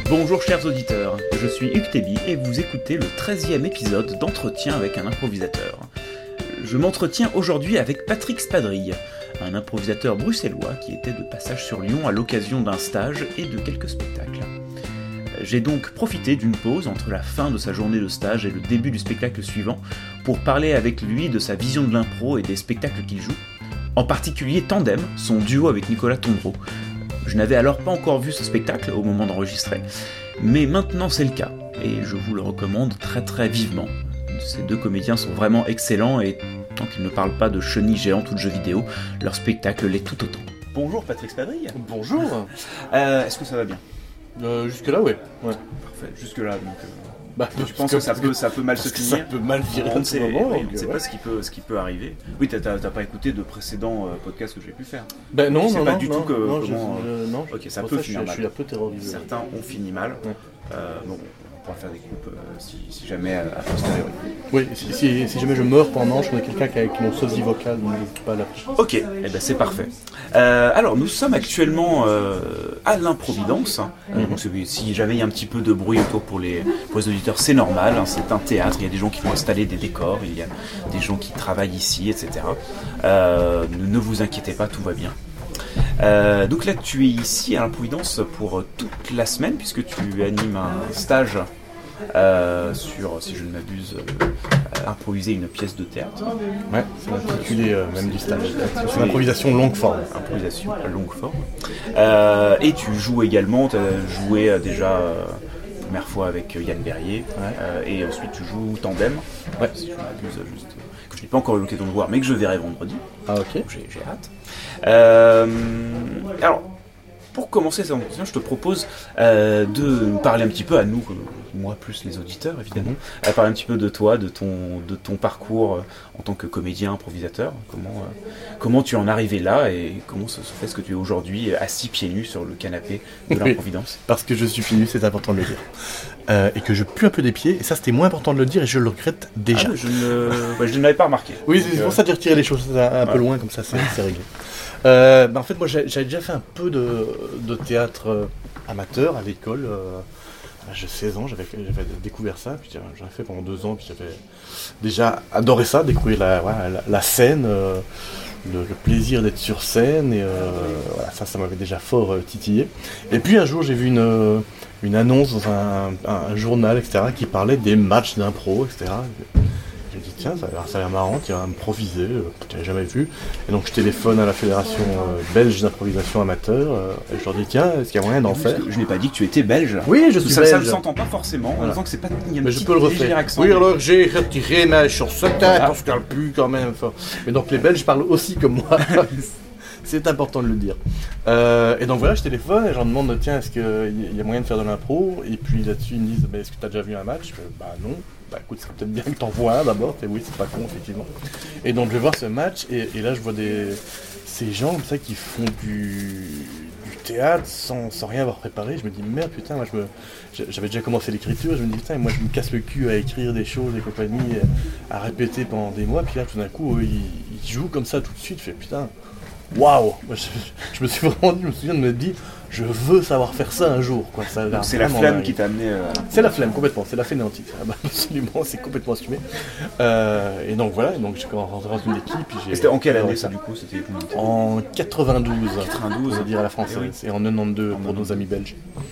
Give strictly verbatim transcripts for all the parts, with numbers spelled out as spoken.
Bonjour chers auditeurs, je suis Hugues Tébi et vous écoutez le treizième épisode d'Entretien avec un improvisateur. Je m'entretiens aujourd'hui avec Patrick Spadrille, un improvisateur bruxellois qui était de passage sur Lyon à l'occasion d'un stage et de quelques spectacles. J'ai donc profité d'une pause entre la fin de sa journée de stage et le début du spectacle suivant pour parler avec lui de sa vision de l'impro et des spectacles qu'il joue, en particulier Tandem, son duo avec Nicolas Tondreau. Je n'avais alors pas encore vu ce spectacle au moment d'enregistrer, mais maintenant c'est le cas, et je vous le recommande très très vivement. Ces deux comédiens sont vraiment excellents, et tant qu'ils ne parlent pas de chenilles géantes ou de jeux vidéo, leur spectacle l'est tout autant. Bonjour Patrick Spadrille. Bonjour. euh, Est-ce que ça va bien? euh, Jusque-là, ouais. ouais. Parfait, jusque-là, donc... Euh... Bah, je pense que, que ça peut, ça peut mal se finir. Ça peut mal virer on en ce moment. Oui, on ne sait ouais. pas ce qui peut, ce qui peut arriver. Oui, t'as, t'as, t'as pas écouté de précédents euh, podcasts que j'ai pu faire. Ben non, tu sais non, pas non, du non, tout que, non, comment. Je, je, non, ok, ça peut ça, finir je, mal. Je suis un peu terrorisé. Certains ont fini mal. Ouais. Euh, bon, on pourra faire des coupes euh, si, si jamais à, à posteriori. Oui, si, si, si jamais je meurs pendant, je connais quelqu'un qui a avec mon sosie vocal, donc n'hésite pas à l'appeler. Ok, eh ben c'est parfait. Euh, alors, nous sommes actuellement euh, à l'Improvidence. Euh, donc, si jamais il y a un petit peu de bruit autour pour les, pour les auditeurs, c'est normal. Hein, c'est un théâtre, il y a des gens qui vont installer des décors, il y a des gens qui travaillent ici, et cetera. Euh, ne, ne vous inquiétez pas, tout va bien. Euh, donc là, tu es ici à l'Improvidence pour toute la semaine, puisque tu animes un stage euh, sur, si je ne m'abuse, euh, improviser une pièce de théâtre. Ouais, c'est l'intitulé euh, même du stage. C'est l'improvisation longue forme. Improvisation à longue forme. Euh, et tu joues également, tu as joué euh, déjà euh, la première fois avec euh, Yann Berrier, ouais. euh, et ensuite tu joues Tandem, ouais. si je ne m'abuse, juste, que je n'ai pas encore eu l'occasion de voir, mais que je verrai vendredi. Ah ok. J'ai, j'ai hâte. Euh, alors, pour commencer cet entretien, je te propose euh, de parler un petit peu à nous, moi plus les auditeurs évidemment, mm-hmm. à parler un petit peu de toi, de ton, de ton parcours euh, en tant que comédien, improvisateur, comment, euh, comment tu en es arrivé là et comment se fait ce que tu es aujourd'hui assis pieds nus sur le canapé de l'Improvidence. Oui, parce que je suis pieds nus, c'est important de le dire. Euh, et que je pue un peu des pieds, et ça c'était moins important de le dire et je le regrette déjà. Ah, je, ne, ouais, je ne l'avais pas remarqué. Oui, c'est, c'est pour ça que j'ai retiré les choses un, un ouais. peu loin, comme ça c'est, c'est réglé. Euh, bah en fait, moi j'avais déjà fait un peu de, de théâtre euh, amateur à l'école. Euh, à l'âge de seize ans, j'avais, j'avais découvert ça, puis j'en ai fait pendant deux ans, puis j'avais déjà adoré ça, découvrir la, voilà, la, la scène, euh, le, le plaisir d'être sur scène, et euh, voilà, ça, ça m'avait déjà fort euh, titillé. Et puis un jour, j'ai vu une, une annonce dans un, un, un journal, et cetera, qui parlait des matchs d'impro, et cetera. J'ai dit tiens, ça a l'air, ça a l'air marrant, tu vas improviser, euh, tu n'avais jamais vu. Et donc je téléphone à la fédération euh, belge d'improvisation amateur, euh, et je leur dis tiens, est-ce qu'il y a moyen d'en oui, faire? Je n'ai pas dit que tu étais belge. Oui, je suis ça, belge. Ça ne s'entend pas forcément, voilà. En disant que c'est pas, il y a mais je peux le refaire. Accent, oui, mais... alors j'ai retiré ma sur ce tête, voilà. Parce qu'elle pue quand même fort. Mais donc les Belges parlent aussi comme moi. C'est important de le dire. Euh, et donc voilà, je téléphone et j'en demande tiens, est-ce qu'il y a moyen de faire de l'impro? Et puis là-dessus, ils me disent bah, est-ce que tu as déjà vu un match? Je, bah non. Bah écoute, c'est peut-être bien que t'en vois un d'abord. Et oui, c'est pas con, effectivement. Et donc je vais voir ce match et, et là, je vois des ces gens comme ça qui font du, du théâtre sans, sans rien avoir préparé. Je me dis merde, putain, moi je me, j'avais déjà commencé l'écriture. Je me dis putain, moi je me casse le cul à écrire des choses et compagnie, à répéter pendant des mois. Puis là, tout d'un coup, eux, ils, ils jouent comme ça tout de suite. Je fais putain. Waouh! Je, je me suis vraiment dit, je me souviens de me dire, je veux savoir faire ça un jour. Quoi. Ça Donc c'est la flemme dingue. Qui t'a amené. Euh... C'est la flemme, complètement. C'est la fainéantise. Absolument, c'est complètement assumé. Euh, et donc voilà, et donc j'ai commencé dans une équipe. Puis j'ai, et c'était en quelle année ça du coup? C'était en quatre-vingt-douze. quatre-vingt-douze, on va dire à la française. Et, oui. Et en quatre-vingt-douze pour nos amis belges.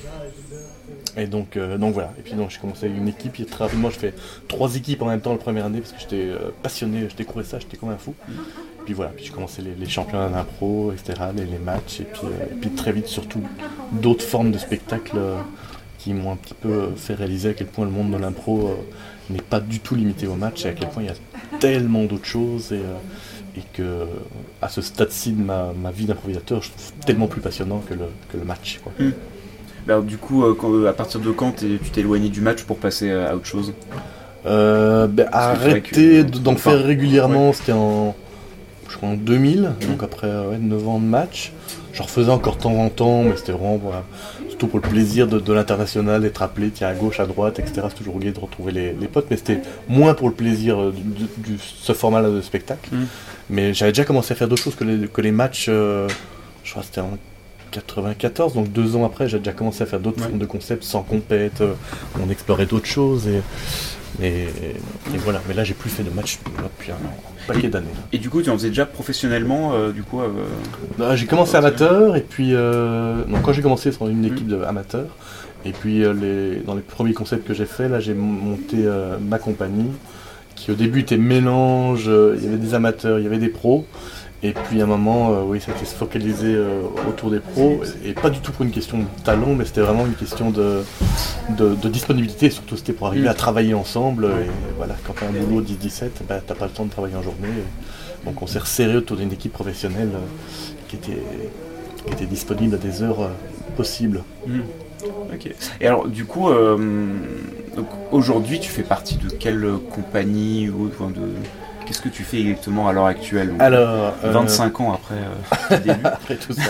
Et donc, euh, donc voilà. Et puis donc j'ai commencé avec une équipe. Et très rapidement, je fais trois équipes en même temps la première année parce que j'étais euh, passionné. Je découvrais ça, j'étais comme un fou. Mm. Puis voilà, puis j'ai commencé les, les championnats d'impro, et cetera, les, les matchs, et puis, euh, et puis très vite surtout d'autres formes de spectacles euh, qui m'ont un petit peu fait réaliser à quel point le monde de l'impro euh, n'est pas du tout limité au match, et à quel point il y a tellement d'autres choses, et, euh, et que à ce stade-ci de ma, ma vie d'improvisateur, je trouve tellement plus passionnant que le, que le match. Quoi. Mmh. Alors, du coup, euh, quand, à partir de quand tu t'es éloigné du match pour passer à autre chose? euh, ben, Arrêter que, d'en faire régulièrement, ouais. C'était en... je crois en deux mille, mmh. donc après ouais, neuf ans de match. J'en refaisais encore de temps en temps, mais c'était vraiment voilà, surtout pour le plaisir de, de l'international, d'être appelé, tiens, à gauche, à droite, et cetera. C'est toujours gai de retrouver les, les potes, mais c'était moins pour le plaisir de, de, de ce format-là de spectacle. Mmh. Mais j'avais déjà commencé à faire d'autres choses que les, que les matchs, euh, je crois que c'était en quatre-vingt-quatorze, donc deux ans après, j'ai déjà commencé à faire d'autres ouais. formes de concepts sans compète, euh, on explorait d'autres choses et, et, et voilà. Mais là, j'ai plus fait de match depuis un paquet d'années. Et du coup, tu en faisais déjà professionnellement euh, du coup euh... bah, j'ai commencé amateur et puis euh, donc quand j'ai commencé, c'était une équipe mmh. d'amateurs. Et puis euh, les, dans les premiers concepts que j'ai fait, là, j'ai monté euh, ma compagnie, qui au début était mélange. Euh, il y avait des amateurs, il y avait des pros. Et puis à un moment, euh, oui, ça a été se focaliser euh, autour des pros, et pas du tout pour une question de talent, mais c'était vraiment une question de, de, de disponibilité, surtout c'était pour arriver mmh. à travailler ensemble, et voilà, quand tu as un boulot dix dix-sept, bah, tu n'as pas le temps de travailler en journée, et donc on s'est resserré autour d'une équipe professionnelle euh, qui, était, qui était disponible à des heures euh, possibles. Mmh. Ok. Et alors du coup, euh, donc, aujourd'hui tu fais partie de quelle compagnie ou enfin, de... Qu'est-ce que tu fais exactement à l'heure actuelle donc, alors, euh, vingt-cinq ans après euh, tes débuts. Après tout ça.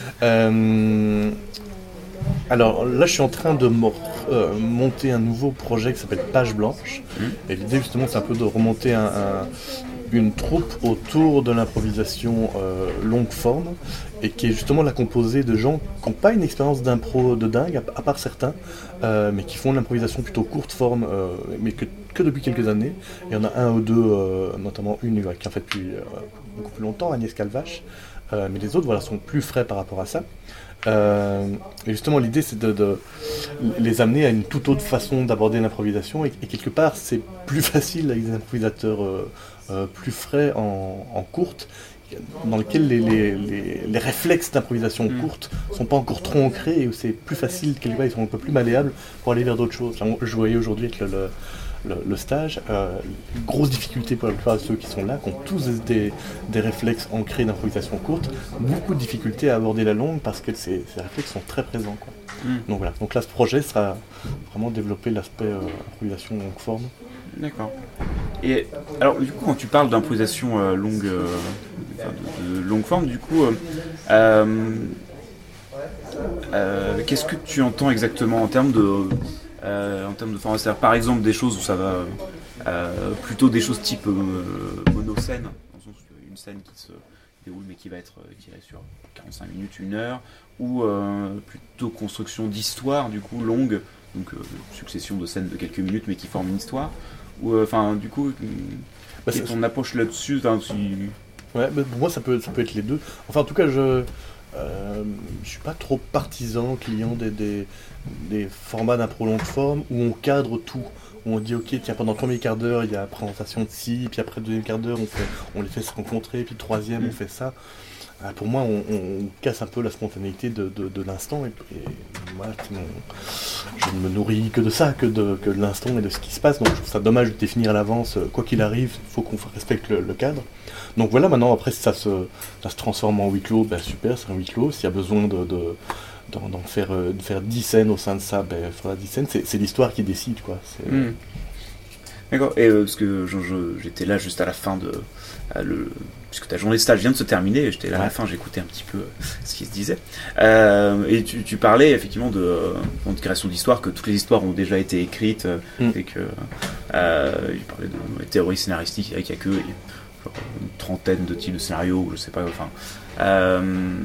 euh, alors là, je suis en train de mo- euh, monter un nouveau projet qui s'appelle Page Blanche. Mmh. Et l'idée, justement, c'est un peu de remonter un, un, une troupe autour de l'improvisation euh, longue forme, et qui est justement la composée de gens qui n'ont pas une expérience d'impro de dingue, à, à part certains, euh, mais qui font de l'improvisation plutôt courte forme, euh, mais que, que depuis quelques années. Il y en a un ou deux, euh, notamment une ouais, qui en fait depuis euh, beaucoup plus longtemps, Agnès Calvache, euh, mais les autres voilà, sont plus frais par rapport à ça. Euh, et justement, l'idée, c'est de, de les amener à une toute autre façon d'aborder l'improvisation, et, et quelque part, c'est plus facile avec des improvisateurs euh, euh, plus frais en, en courte, dans lesquels les, les, les, les réflexes d'improvisation mmh. courte ne sont pas encore trop ancrés, et où c'est plus facile, quelque part, ils sont un peu plus malléables pour aller vers d'autres choses. Là, je voyais aujourd'hui avec le, le Le, le stage, euh, grosse difficulté pour la plupart de ceux qui sont là, qui ont tous des, des réflexes ancrés d'improvisation courte, beaucoup de difficultés à aborder la longue parce que ces, ces réflexes sont très présents. Quoi. Mm. Donc voilà, donc là ce projet sera vraiment développer l'aspect euh, improvisation longue forme. D'accord. Et alors du coup quand tu parles d'improvisation euh, longue, euh, enfin, de, de longue forme, du coup, euh, euh, euh, qu'est-ce que tu entends exactement en termes de Euh, en termes de format, c'est-à-dire par exemple des choses où ça va euh, plutôt des choses type euh, monoscène, dans le sens où une scène qui se déroule mais qui va être tirée sur quarante-cinq minutes, une heure, ou euh, plutôt construction d'histoire du coup longue, donc euh, succession de scènes de quelques minutes mais qui forment une histoire, ou enfin euh, du coup bah, quelle est ton approche là-dessus si... Ouais, bah, pour moi ça peut, ça peut être les deux. Enfin en tout cas je Euh, je suis pas trop partisan, client des, des, des formats d'impro longue forme où on cadre tout, où on dit ok tiens pendant le premier quart d'heure il y a la présentation de ci, puis après le deuxième quart d'heure on, fait, on les fait se rencontrer, puis le troisième mmh. on fait ça. Euh, pour moi on, on casse un peu la spontanéité de, de, de l'instant, et, et moi mon, je ne me nourris que de ça, que de, que de l'instant et de ce qui se passe, donc je trouve ça dommage de définir à l'avance, quoi qu'il arrive, il faut qu'on respecte le, le cadre. Donc voilà, maintenant après si ça se, ça se transforme en huis clos, ben super, c'est un huis clos. S'il y a besoin de, de, d'en, d'en faire, de faire dix scènes au sein de ça, ben il faudra dix scènes, c'est, c'est l'histoire qui décide quoi. C'est... Mmh. D'accord, et euh, parce que je, je, j'étais là juste à la fin de... Euh, le, puisque ta journée de stage vient de se terminer, et j'étais là ouais. à la fin, j'écoutais un petit peu euh, ce qui se disait. Euh, et tu, tu parlais effectivement de, euh, de création d'histoire, que toutes les histoires ont déjà été écrites, euh, mmh. et que... Euh, il parlait de, de théorie scénaristique, il n'y a que... une trentaine de types de scénarios, ou je sais pas, enfin... Euh,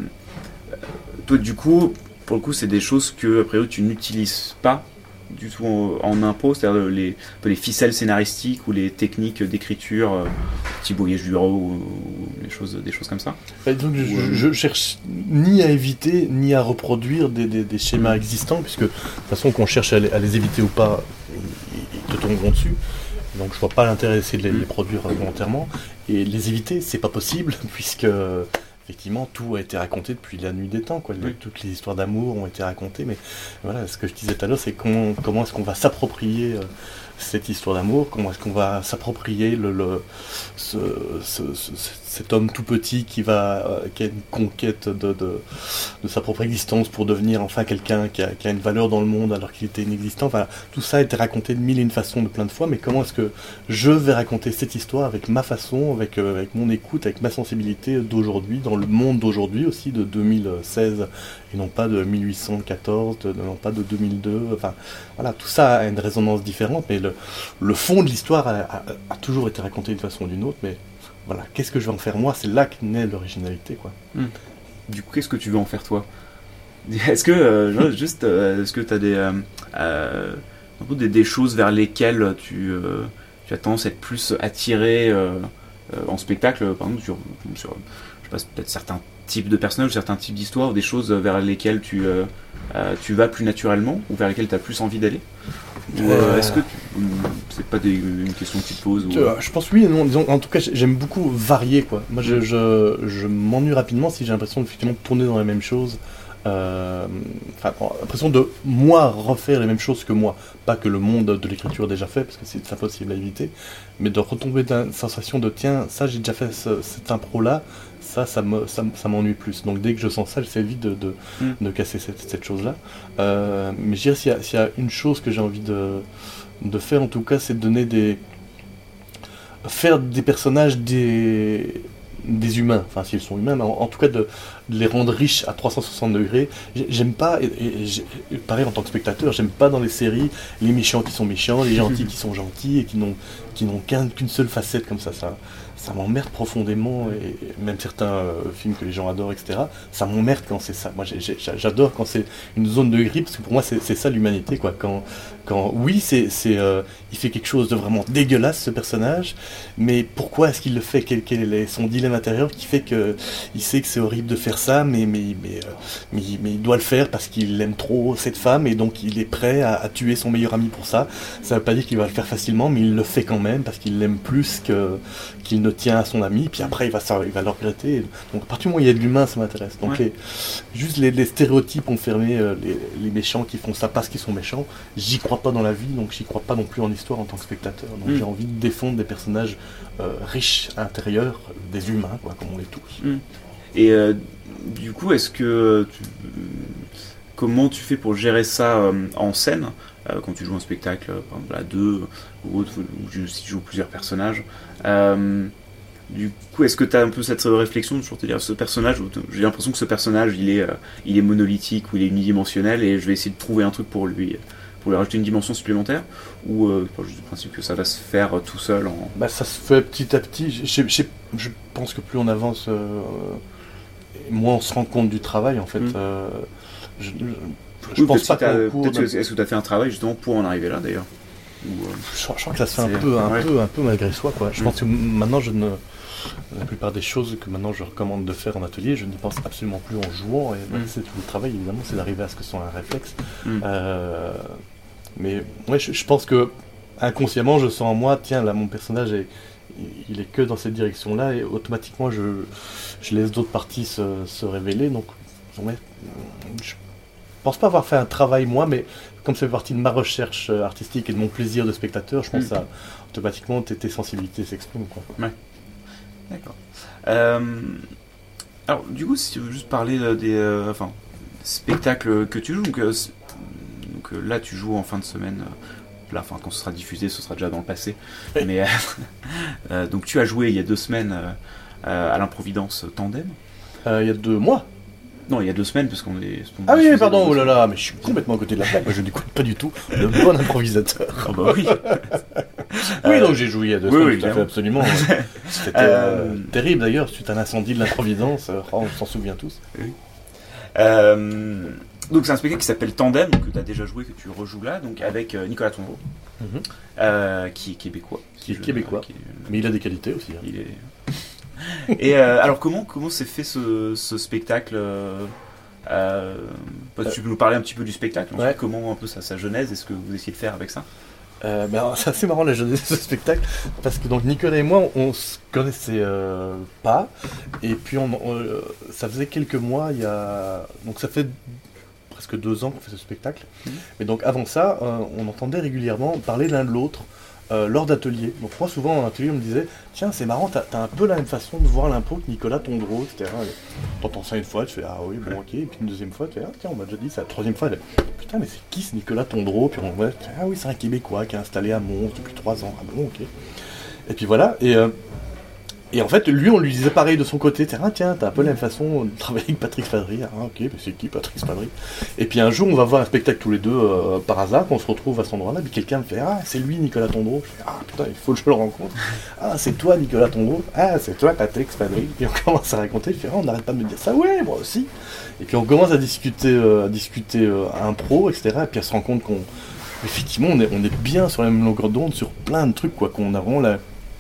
toi, du coup, pour le coup, c'est des choses que, a priori, tu n'utilises pas du tout en, en impro, c'est-à-dire les, les ficelles scénaristiques ou les techniques d'écriture, euh, type Voyage du héros, ou, ou les choses, des choses comme ça. Bah, donc, ou, je, je cherche ni à éviter, ni à reproduire des, des, des schémas existants, puisque de toute façon, qu'on cherche à les, à les éviter ou pas, ils te tomberont dessus. Donc je vois pas l'intérêt d'essayer de les, les produire volontairement, et les éviter c'est pas possible puisque effectivement tout a été raconté depuis la nuit des temps quoi. Oui. Toutes les histoires d'amour ont été racontées, mais voilà, ce que je disais tout à l'heure, c'est comment, comment est-ce qu'on va s'approprier euh, cette histoire d'amour, comment est-ce qu'on va s'approprier le, le, ce, ce, ce, cet homme tout petit qui, va, euh, qui a une conquête de, de, de sa propre existence pour devenir enfin quelqu'un qui a, qui a une valeur dans le monde alors qu'il était inexistant. Enfin, tout ça a été raconté de mille et une façons, de plein de fois, mais comment est-ce que je vais raconter cette histoire avec ma façon, avec, euh, avec mon écoute, avec ma sensibilité d'aujourd'hui, dans le monde d'aujourd'hui aussi, de deux mille seize, et non pas de mille huit cent quatorze, de, non pas de deux mille deux, enfin voilà, tout ça a une résonance différente, mais le, le fond de l'histoire a, a, a toujours été raconté d'une façon ou d'une autre, mais voilà, qu'est-ce que je vais en faire moi, c'est là que naît l'originalité quoi. Mmh. Du coup, qu'est-ce que tu veux en faire toi? Est-ce que, euh, juste, euh, est-ce que tu as des, euh, euh, des, des choses vers lesquelles tu, euh, tu as tendance à être plus attiré euh, euh, en spectacle, par exemple, sur, sur je sais pas, peut-être certains types de personnages, certains types d'histoires, ou des choses vers lesquelles tu, euh, euh, tu vas plus naturellement, ou vers lesquelles tu as plus envie d'aller? Ou euh, est-ce que tu, c'est pas des, une question que tu te poses ou... euh, Je pense oui et non. Disons, en tout cas, j'aime beaucoup varier, quoi. Moi, je, je, je m'ennuie rapidement si j'ai l'impression effectivement de tourner dans les mêmes choses. Euh, enfin, l'impression de moi refaire les mêmes choses que moi, pas que le monde de l'écriture a déjà fait, parce que c'est impossible à éviter, mais de retomber dans une sensation de tiens, ça j'ai déjà fait ce, cette impro là, ça ça me ça, ça m'ennuie plus. Donc dès que je sens ça, j'essaie vite de, de, mm. de casser cette, cette chose là. Euh, mais je dirais s'il y a, s'il y a une chose que j'ai envie de, de faire en tout cas, c'est de donner des faire des personnages des des humains, enfin s'ils sont humains, mais en, en tout cas de, de les rendre riches à trois cent soixante degrés. J'aime pas, et, et, et pareil en tant que spectateur, j'aime pas dans les séries les méchants qui sont méchants, les gentils qui sont gentils et qui n'ont qui n'ont qu'un, qu'une seule facette comme ça. Ça, ça m'emmerde profondément, et, et même certains euh, films que les gens adorent, et cetera. Ça m'emmerde quand c'est ça. Moi j'ai, j'ai, j'adore quand c'est une zone de gris, parce que pour moi c'est, c'est ça l'humanité, quoi. Quand, quand oui, c'est, c'est, euh, il fait quelque chose de vraiment dégueulasse ce personnage, mais pourquoi est-ce qu'il le fait? Quel, quel est son dilemme intérieur qui fait que il sait que c'est horrible de faire ça, mais mais mais, euh, mais mais il doit le faire parce qu'il aime trop cette femme et donc il est prêt à, à tuer son meilleur ami pour ça. Ça veut pas dire qu'il va le faire facilement, mais il le fait quand même parce qu'il l'aime plus que qu'il ne tient à son ami. Puis après il va ça, il va le regretter. Donc à partir du moment où il y a de l'humain, ça m'intéresse. Donc ouais. les, juste les, les stéréotypes enfermés, euh, les, les méchants qui font ça parce qu'ils sont méchants, j'y crois pas dans la vie, donc j'y crois pas non plus en histoire en tant que spectateur. Donc mm. j'ai envie de défendre des personnages euh, riches à l'intérieur, des humains, quoi, comme on l'est tous. Mm. Et euh, du coup, est-ce que tu, comment tu fais pour gérer ça euh, en scène euh, quand tu joues un spectacle, par exemple à deux ou autre, ou si tu joues plusieurs personnages euh, du coup, est-ce que tu as un peu cette réflexion sur te dire ce personnage, j'ai l'impression que ce personnage il est, euh, il est monolithique ou il est unidimensionnel et je vais essayer de trouver un truc pour lui pour lui rajouter une dimension supplémentaire, ou euh, juste du principe que ça va se faire tout seul en... Bah, ça se fait petit à petit. Je, je, je pense que plus on avance, euh, moins on se rend compte du travail en fait. Mmh. Euh, je je, je oui, pense pas qu'au cours de... Est-ce que tu as fait un travail justement pour en arriver là d'ailleurs? Ou, euh, je, je crois que ça se fait un peu, un, ouais. peu, un peu malgré soi, quoi. Je mmh. pense que maintenant je ne... La plupart des choses que maintenant je recommande de faire en atelier, je n'y pense absolument plus en jouant. Et mmh. c'est tout le travail, évidemment, c'est d'arriver à ce que ce soit un réflexe. Mmh. Euh, mais ouais, je, je pense que inconsciemment, je sens en moi, tiens, là, mon personnage, est, il est que dans cette direction-là, et automatiquement, je, je laisse d'autres parties se, se révéler. Donc, ouais, je pense pas avoir fait un travail moi, mais comme ça fait partie de ma recherche artistique et de mon plaisir de spectateur, je pense mmh. à automatiquement tes, tes sensibilités s'expriment, quoi. Ouais. D'accord. Euh, alors, du coup, si tu veux juste parler des euh, enfin, spectacles que tu joues, donc, euh, donc euh, là, tu joues en fin de semaine. Euh, là, enfin, quand ce sera diffusé, ce sera déjà dans le passé. Oui. Mais euh, donc, tu as joué il y a deux semaines euh, à l'Improvidence Tandem. Euh, il y a deux mois. Non, il y a deux semaines, parce qu'on est... Ah oui, pardon, oh là là, mais je suis complètement à côté de la plaque, moi je n'écoute pas du tout le bon improvisateur. Oh bah oui. Oui, euh... donc j'ai joué il y a deux oui, semaines, oui, tout à fait, absolument. C'était euh... terrible d'ailleurs, suite à l'incendie de l'Improvidence, oh, on s'en souvient tous. Oui. Euh... Donc c'est un spectacle qui s'appelle Tandem, que tu as déjà joué, que tu rejoues là, donc avec Nicolas Tondreau, mm-hmm. euh, qui est québécois. Qui est je... québécois, qui est... mais il a des qualités aussi. Hein. Il est... Et euh, alors comment comment s'est fait ce, ce spectacle euh, euh, Tu peux nous parler un petit peu du spectacle, ouais. Comment un peu sa, sa genèse, est-ce que vous essayez de faire avec ça? euh, ben, C'est assez marrant la genèse de ce spectacle, parce que donc Nicolas et moi on, on se connaissait euh, pas, et puis on, on, euh, ça faisait quelques mois, il y a donc ça fait presque deux ans qu'on fait ce spectacle, mmh. Mais donc avant ça euh, on entendait régulièrement parler l'un de l'autre. Euh, lors d'ateliers. Donc moi souvent en atelier on me disait tiens c'est marrant, t'as, t'as un peu la même façon de voir l'impro que Nicolas Tondreau, et cetera. Et t'entends ça une fois, tu fais ah oui bon ok, et puis une deuxième fois tu fais ah tiens on m'a déjà dit ça, la troisième fois elle putain mais c'est qui ce Nicolas Tondreau, puis on voit ah oui c'est un Québécois qui est installé à Mons depuis trois ans, ah bon ok. Et puis voilà, et euh, Et en fait, lui, on lui disait pareil de son côté. Ah, tiens, t'as un peu la même façon de travailler avec Patrick Spadry. Ah, ok, mais c'est qui Patrick Spadry? Et puis un jour, on va voir un spectacle tous les deux euh, par hasard, qu'on se retrouve à cet endroit-là. Puis quelqu'un me fait ah, c'est lui, Nicolas Tondreau. Je fais ah, putain, il faut que je le rencontre. Ah, c'est toi, Nicolas Tondreau. Ah, c'est toi, Patrick Spadry. Puis on commence à raconter. Il fait ah, on n'arrête pas de me dire ça. Ouais, moi aussi. Et puis on commence à discuter, euh, à discuter euh, à impro, et cetera. Et puis on se rend compte qu'on, effectivement, on est, on est bien sur la même longueur d'onde sur plein de trucs, quoi, qu'on a vraiment la.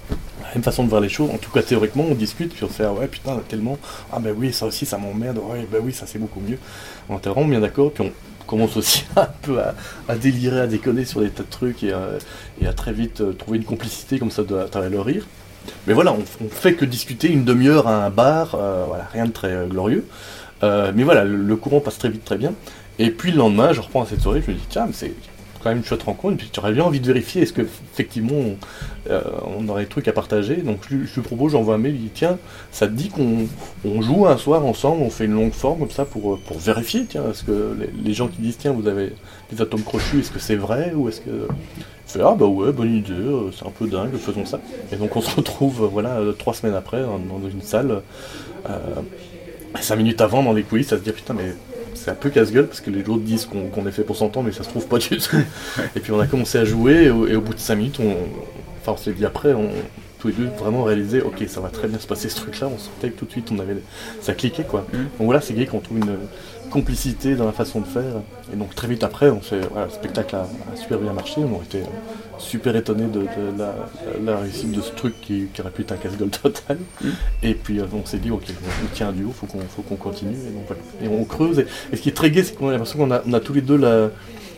La même façon de voir les choses, en tout cas théoriquement on discute puis on fait ah ouais putain tellement ah ben oui ça aussi ça m'emmerde, ouais ben oui ça c'est beaucoup mieux, on est vraiment bien d'accord puis on commence aussi un peu à, à délirer, à déconner sur des tas de trucs et à, et à très vite euh, trouver une complicité comme ça à travers le rire. Mais voilà, on, on fait que discuter une demi-heure à un bar, euh, voilà, rien de très euh, glorieux, euh, mais voilà le, le courant passe très vite très bien et puis le lendemain je reprends à cette soirée, je me dis tiens mais c'est quand même une chouette rencontre, puis tu aurais bien envie de vérifier est-ce que effectivement on, euh, on aurait des trucs à partager, donc je, je lui propose, j'envoie un mail, il dit tiens, ça te dit qu'on on joue un soir ensemble, on fait une longue forme comme ça pour, pour vérifier, tiens, est-ce que les, les gens qui disent tiens vous avez des atomes crochus, est-ce que c'est vrai, ou est-ce que... Il fait ah bah ouais, bonne idée, c'est un peu dingue, faisons ça. Et donc on se retrouve, voilà, trois semaines après, dans, dans une salle, euh, cinq minutes avant dans les coulisses, à se dire putain mais... C'est un peu casse-gueule parce que les autres disent qu'on, qu'on est fait pour s'entendre, mais ça se trouve pas du tout. Et puis on a commencé à jouer, et au, et au bout de cinq minutes, on, enfin on s'est dit après, on, tous les deux vraiment réalisé, ok, ça va très bien se passer ce truc-là, on sentait que tout de suite on avait, ça cliquait quoi. Mm. Donc voilà, c'est gay qu'on trouve une complicité dans la façon de faire. Et donc très vite après, on fait, voilà, le spectacle a, a super bien marché, on a été super étonnés de, de la, la réussite de ce truc qui, qui aurait pu être un casse-gueule total. Mm. Et puis on s'est dit, ok, on tient un duo, faut qu'on, faut qu'on continue. Et, donc, voilà. Et on creuse. Et, et ce qui est très gai, c'est qu'on a l'impression qu'on a, on a tous les deux la,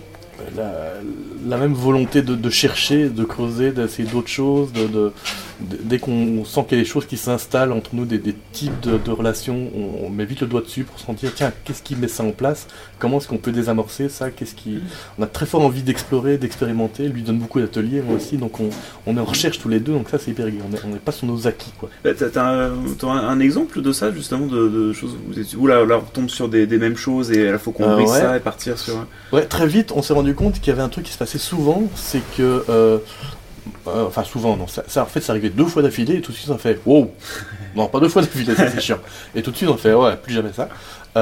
la, la même volonté de, de chercher, de creuser, d'essayer d'autres choses. De, de, de, dès qu'on sent qu'il y a des choses qui s'installent entre nous, des, des types de, de relations, on, on met vite le doigt dessus pour se sentir, tiens, qu'est-ce qui met ça en place? Comment est-ce qu'on peut désamorcer ça? Qu'est-ce qui... On a très fort envie d'explorer, d'expérimenter. Lui donne beaucoup d'ateliers, moi aussi, donc on, on est en recherche tous les deux, donc ça c'est hyper gai. On n'est pas sur nos acquis, quoi. T'as, t'as, un, t'as un exemple de ça, justement, de, de choses où, vous êtes, où là, là on tombe sur des, des mêmes choses et là, il faut qu'on euh, brise ouais. ça et partir sur... Ouais, très vite, on s'est rendu compte qu'il y avait un truc qui se passait souvent, c'est que... Euh, euh, enfin, souvent, non. Ça, ça, en fait, ça arrivait deux fois d'affilée et tout de suite, on fait « Wow !» Non, pas deux fois d'affilée, ça c'est chiant. Et tout de suite, on fait « Ouais, plus jamais ça. Euh, »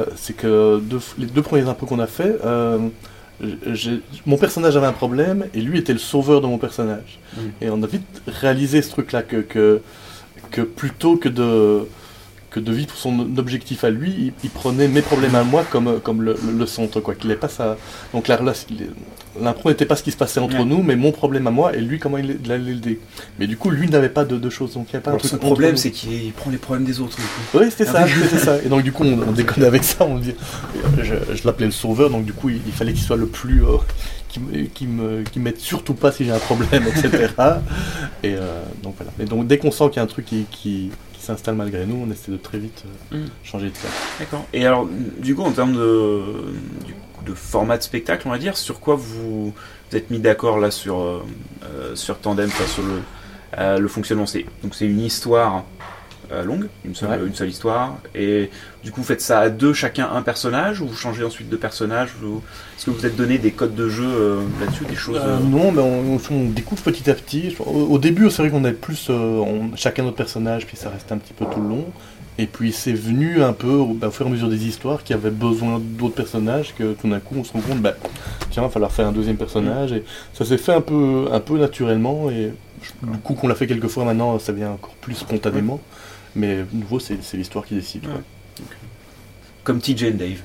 C'est que deux, les deux premiers impôts qu'on a fait... Euh, J'ai, mon personnage avait un problème et lui était le sauveur de mon personnage. Mmh. Et on a vite réalisé ce truc-là que, que, que plutôt que de, que de vivre son objectif à lui, il, il prenait mes problèmes à moi comme, comme le, le centre, quoi. Qu'il ait pas ça. Donc la, la, l'impro n'était pas ce qui se passait entre ouais. nous, mais mon problème à moi et lui comment il, il allait l'aider. Mais du coup, lui n'avait pas de, de choses. Donc il y a pas Alors, un truc. Son problème, c'est qu'il prend les problèmes des autres. Oui, c'était ça, c'était ça. Et donc du coup, on, on déconnait avec ça. On dit, je, je l'appelais le sauveur, donc du coup, il, il fallait qu'il soit le plus, euh, qui, qui me, qui m'aide surtout pas si j'ai un problème, et cetera. Et euh, donc voilà. Et donc dès qu'on sent qu'il y a un truc qui, qui, qui s'installe malgré nous, on essaie de très vite euh, mmh. changer de cas. D'accord. Et alors, du coup, en termes de, du, de format de spectacle, on va dire, sur quoi vous, vous êtes mis d'accord là sur, euh, sur Tandem, enfin, sur le, euh, le fonctionnement? C'est, donc c'est une histoire euh, longue, une seule, ouais. une seule histoire, et du coup vous faites ça à deux, chacun un personnage, ou vous changez ensuite de personnage, ou... Est-ce que vous êtes donné des codes de jeu euh, là-dessus, des choses euh, Non, mais on, on, on découvre petit à petit. Au, au début, c'est vrai qu'on avait plus euh, on, chacun notre personnage, puis ça restait un petit peu tout le long. Et puis c'est venu un peu au, bah, au fur et à mesure des histoires qui avaient besoin d'autres personnages, que tout d'un coup on se rend compte, bah, tiens, il va falloir faire un deuxième personnage. Et ça s'est fait un peu, un peu naturellement, et du coup qu'on l'a fait quelques fois maintenant, ça vient encore plus spontanément. Mais de nouveau, c'est, c'est l'histoire qui décide. Ouais. Okay. Comme T J et Dave.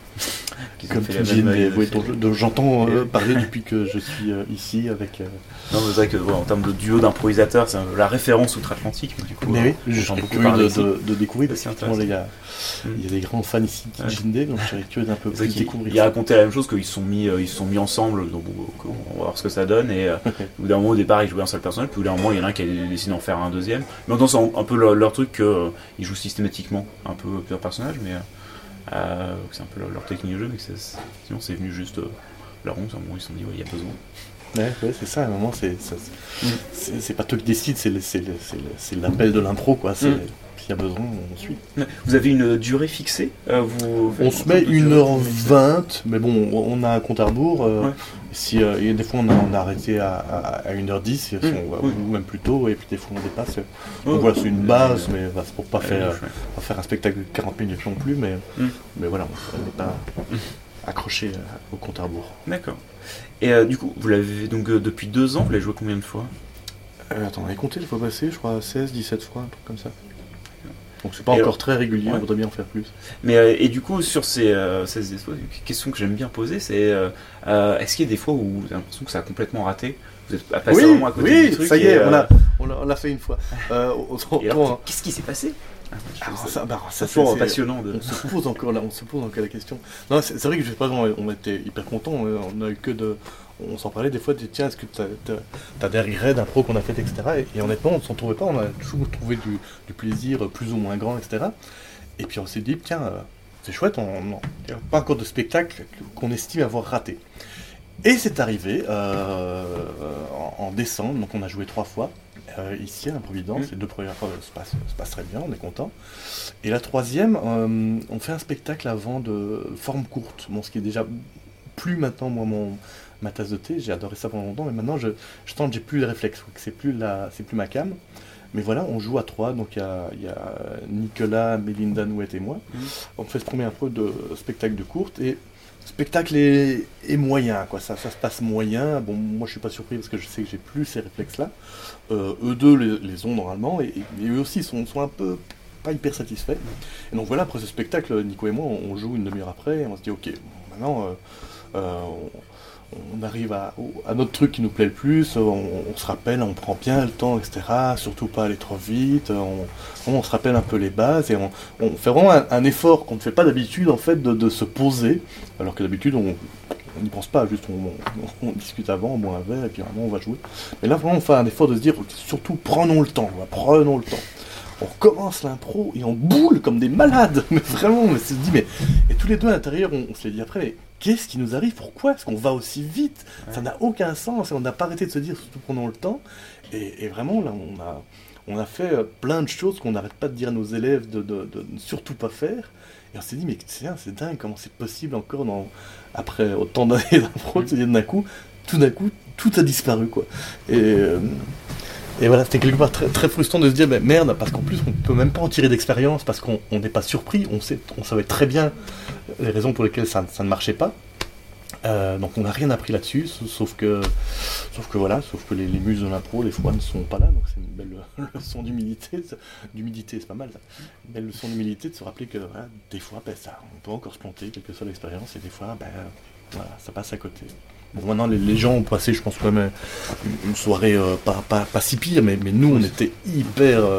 Comme T J et Dave, oui, dont, dont j'entends euh, parler depuis que je suis euh, ici avec... Euh... Non, mais c'est vrai que ouais, en termes de duo d'improvisateurs, c'est la référence outre-Atlantique. Mais, du coup, mais euh, oui, j'en ai beaucoup de, de, de découvrir, parce qu'il y a, mm. il y a des grands fans ici de T J et Dave, donc je serais curieux d'un peu plus découvrir. Il a raconté la même chose, qu'ils se sont mis, euh, ils se sont mis ensemble, donc on va voir ce que ça donne, et euh, au bout d'un moment, au départ, ils jouaient un seul personnage, puis au bout d'un moment, il y en a un qui a décidé d'en faire un deuxième. Mais en même temps, c'est un peu leur, leur truc qu'ils euh, jouent systématiquement un peu plusieurs personnages, mais... Euh, Euh, c'est un peu leur, leur technique de jeu, mais c'est, c'est, sinon c'est venu juste euh, leur ronde, à un moment ils se sont dit ouais, il y a besoin. Ouais, ouais, c'est ça, à un moment c'est, ça, c'est, mm. c'est, c'est pas toi qui décide, c'est, le, c'est, le, c'est, le, c'est l'appel de l'impro, quoi. C'est, mm. s'il y a besoin, on suit. Vous avez une durée fixée euh, vous, On se met une heure vingt, mais bon, on a un compte à rebours. Euh, ouais. Si, euh, et des fois, on a, on a arrêté à, à, à une heure dix, si mmh, on, oui. ou même plus tôt, et puis des fois, on dépasse. Donc oh, voilà, c'est une base, mais bah, c'est pour pas, ouais, faire, ouais. pas faire un spectacle de quarante minutes non plus, mais, mmh. mais voilà, on n'est pas mmh. accroché au compte à rebours. D'accord. Et euh, du coup, vous l'avez donc euh, depuis deux ans, vous l'avez joué combien de fois? euh, Attends, on avait compté les fois passées, je crois seize, dix-sept fois, un truc comme ça. Donc c'est pas et encore alors, très régulier, ouais. on voudrait bien en faire plus. Mais euh, et du coup, sur ces, euh, ces questions que j'aime bien poser, c'est euh, euh, est-ce qu'il y a des fois où vous avez l'impression que ça a complètement raté? Vous êtes passé oui, vraiment à côté oui, du truc? Ça y est, euh... on, a, on, a, on l'a fait une fois. Euh, on, et alors, qu'est-ce qui s'est passé? Alors, ça, ça, bah, ça, c'est toujours passionnant. De... On se pose encore là, on se pose encore la question. Non, c'est, c'est vrai que je sais pas, on était hyper contents. On a eu que de, on s'en parlait des fois. De, tiens, est-ce que t'as, t'as, t'as des regrets d'impro qu'on a fait, et cetera. Et, et honnêtement, on ne s'en trouvait pas. On a toujours trouvé du, du plaisir plus ou moins grand, et cetera. Et puis on s'est dit, tiens, euh, c'est chouette. On n'y a pas encore de spectacle qu'on estime avoir raté. Et c'est arrivé euh, en, en décembre. Donc on a joué trois fois. Euh, ici à l'Improvidence, mmh. les deux premières fois se passent, se passent très bien, on est content. Et la troisième, euh, on fait un spectacle avant de forme courte, bon, ce qui est déjà plus maintenant moi mon ma tasse de thé. J'ai adoré ça pendant longtemps, mais maintenant je, je tente, j'ai plus les réflexes, c'est plus la, c'est plus ma cam. Mais voilà, on joue à trois, donc il y a, y a Nicolas, Mélinda, Nouette et moi. Mmh. On fait ce premier impro de spectacle de courte et le spectacle est, est moyen, quoi. Ça, ça se passe moyen. Bon, moi je suis pas surpris parce que je sais que j'ai plus ces réflexes-là. Euh, eux deux les, les ont normalement et, et eux aussi sont, sont un peu pas hyper satisfaits. Et donc voilà, après ce spectacle, Nico et moi, on, on joue une demi-heure après et on se dit ok, maintenant euh, euh, on, on arrive à, à notre truc qui nous plaît le plus, on, on se rappelle, on prend bien le temps, et cetera. Surtout pas aller trop vite, on, on se rappelle un peu les bases et on, on fait vraiment un, un effort qu'on ne fait pas d'habitude en fait de, de se poser, alors que d'habitude on on n'y pense pas, juste on, on, on discute avant, on boit un verre et puis vraiment on va jouer. Mais là vraiment on fait un effort de se dire surtout prenons le temps, prenons le temps. On commence l'impro et on boule comme des malades, mais vraiment on se dit mais et tous les deux à l'intérieur on, on se l'est dit après mais qu'est-ce qui nous arrive, pourquoi est-ce qu'on va aussi vite, ça n'a aucun sens et on n'a pas arrêté de se dire surtout prenons le temps et, et vraiment là on a on a fait plein de choses qu'on n'arrête pas de dire à nos élèves de, de, de, de ne surtout pas faire. Et on s'est dit, mais c'est, c'est dingue, comment c'est possible encore, dans, après autant d'années d'impro, de se dire d'un coup, tout d'un coup, tout a disparu, quoi. Et, euh, et voilà, c'était quelque part très, très frustrant de se dire, mais merde, parce qu'en plus, on peut même pas en tirer d'expérience, parce qu'on n'est pas surpris, on, sait, on savait très bien les raisons pour lesquelles ça, ça ne marchait pas. Euh, donc on n'a rien appris là-dessus, sauf que, sauf que voilà, sauf que les, les muses de l'impro, des fois, ne sont pas là, donc c'est une belle leçon d'humilité, d'humilité, c'est pas mal ça, une belle leçon d'humilité de se rappeler que voilà, des fois, ben, ça, on peut encore se planter, quelle que soit l'expérience, et des fois, ben, voilà, ça passe à côté. Bon, maintenant, les, les gens ont passé, je pense, quand même une, une soirée euh, pas, pas, pas si pire, mais, mais nous, on était hyper... Euh,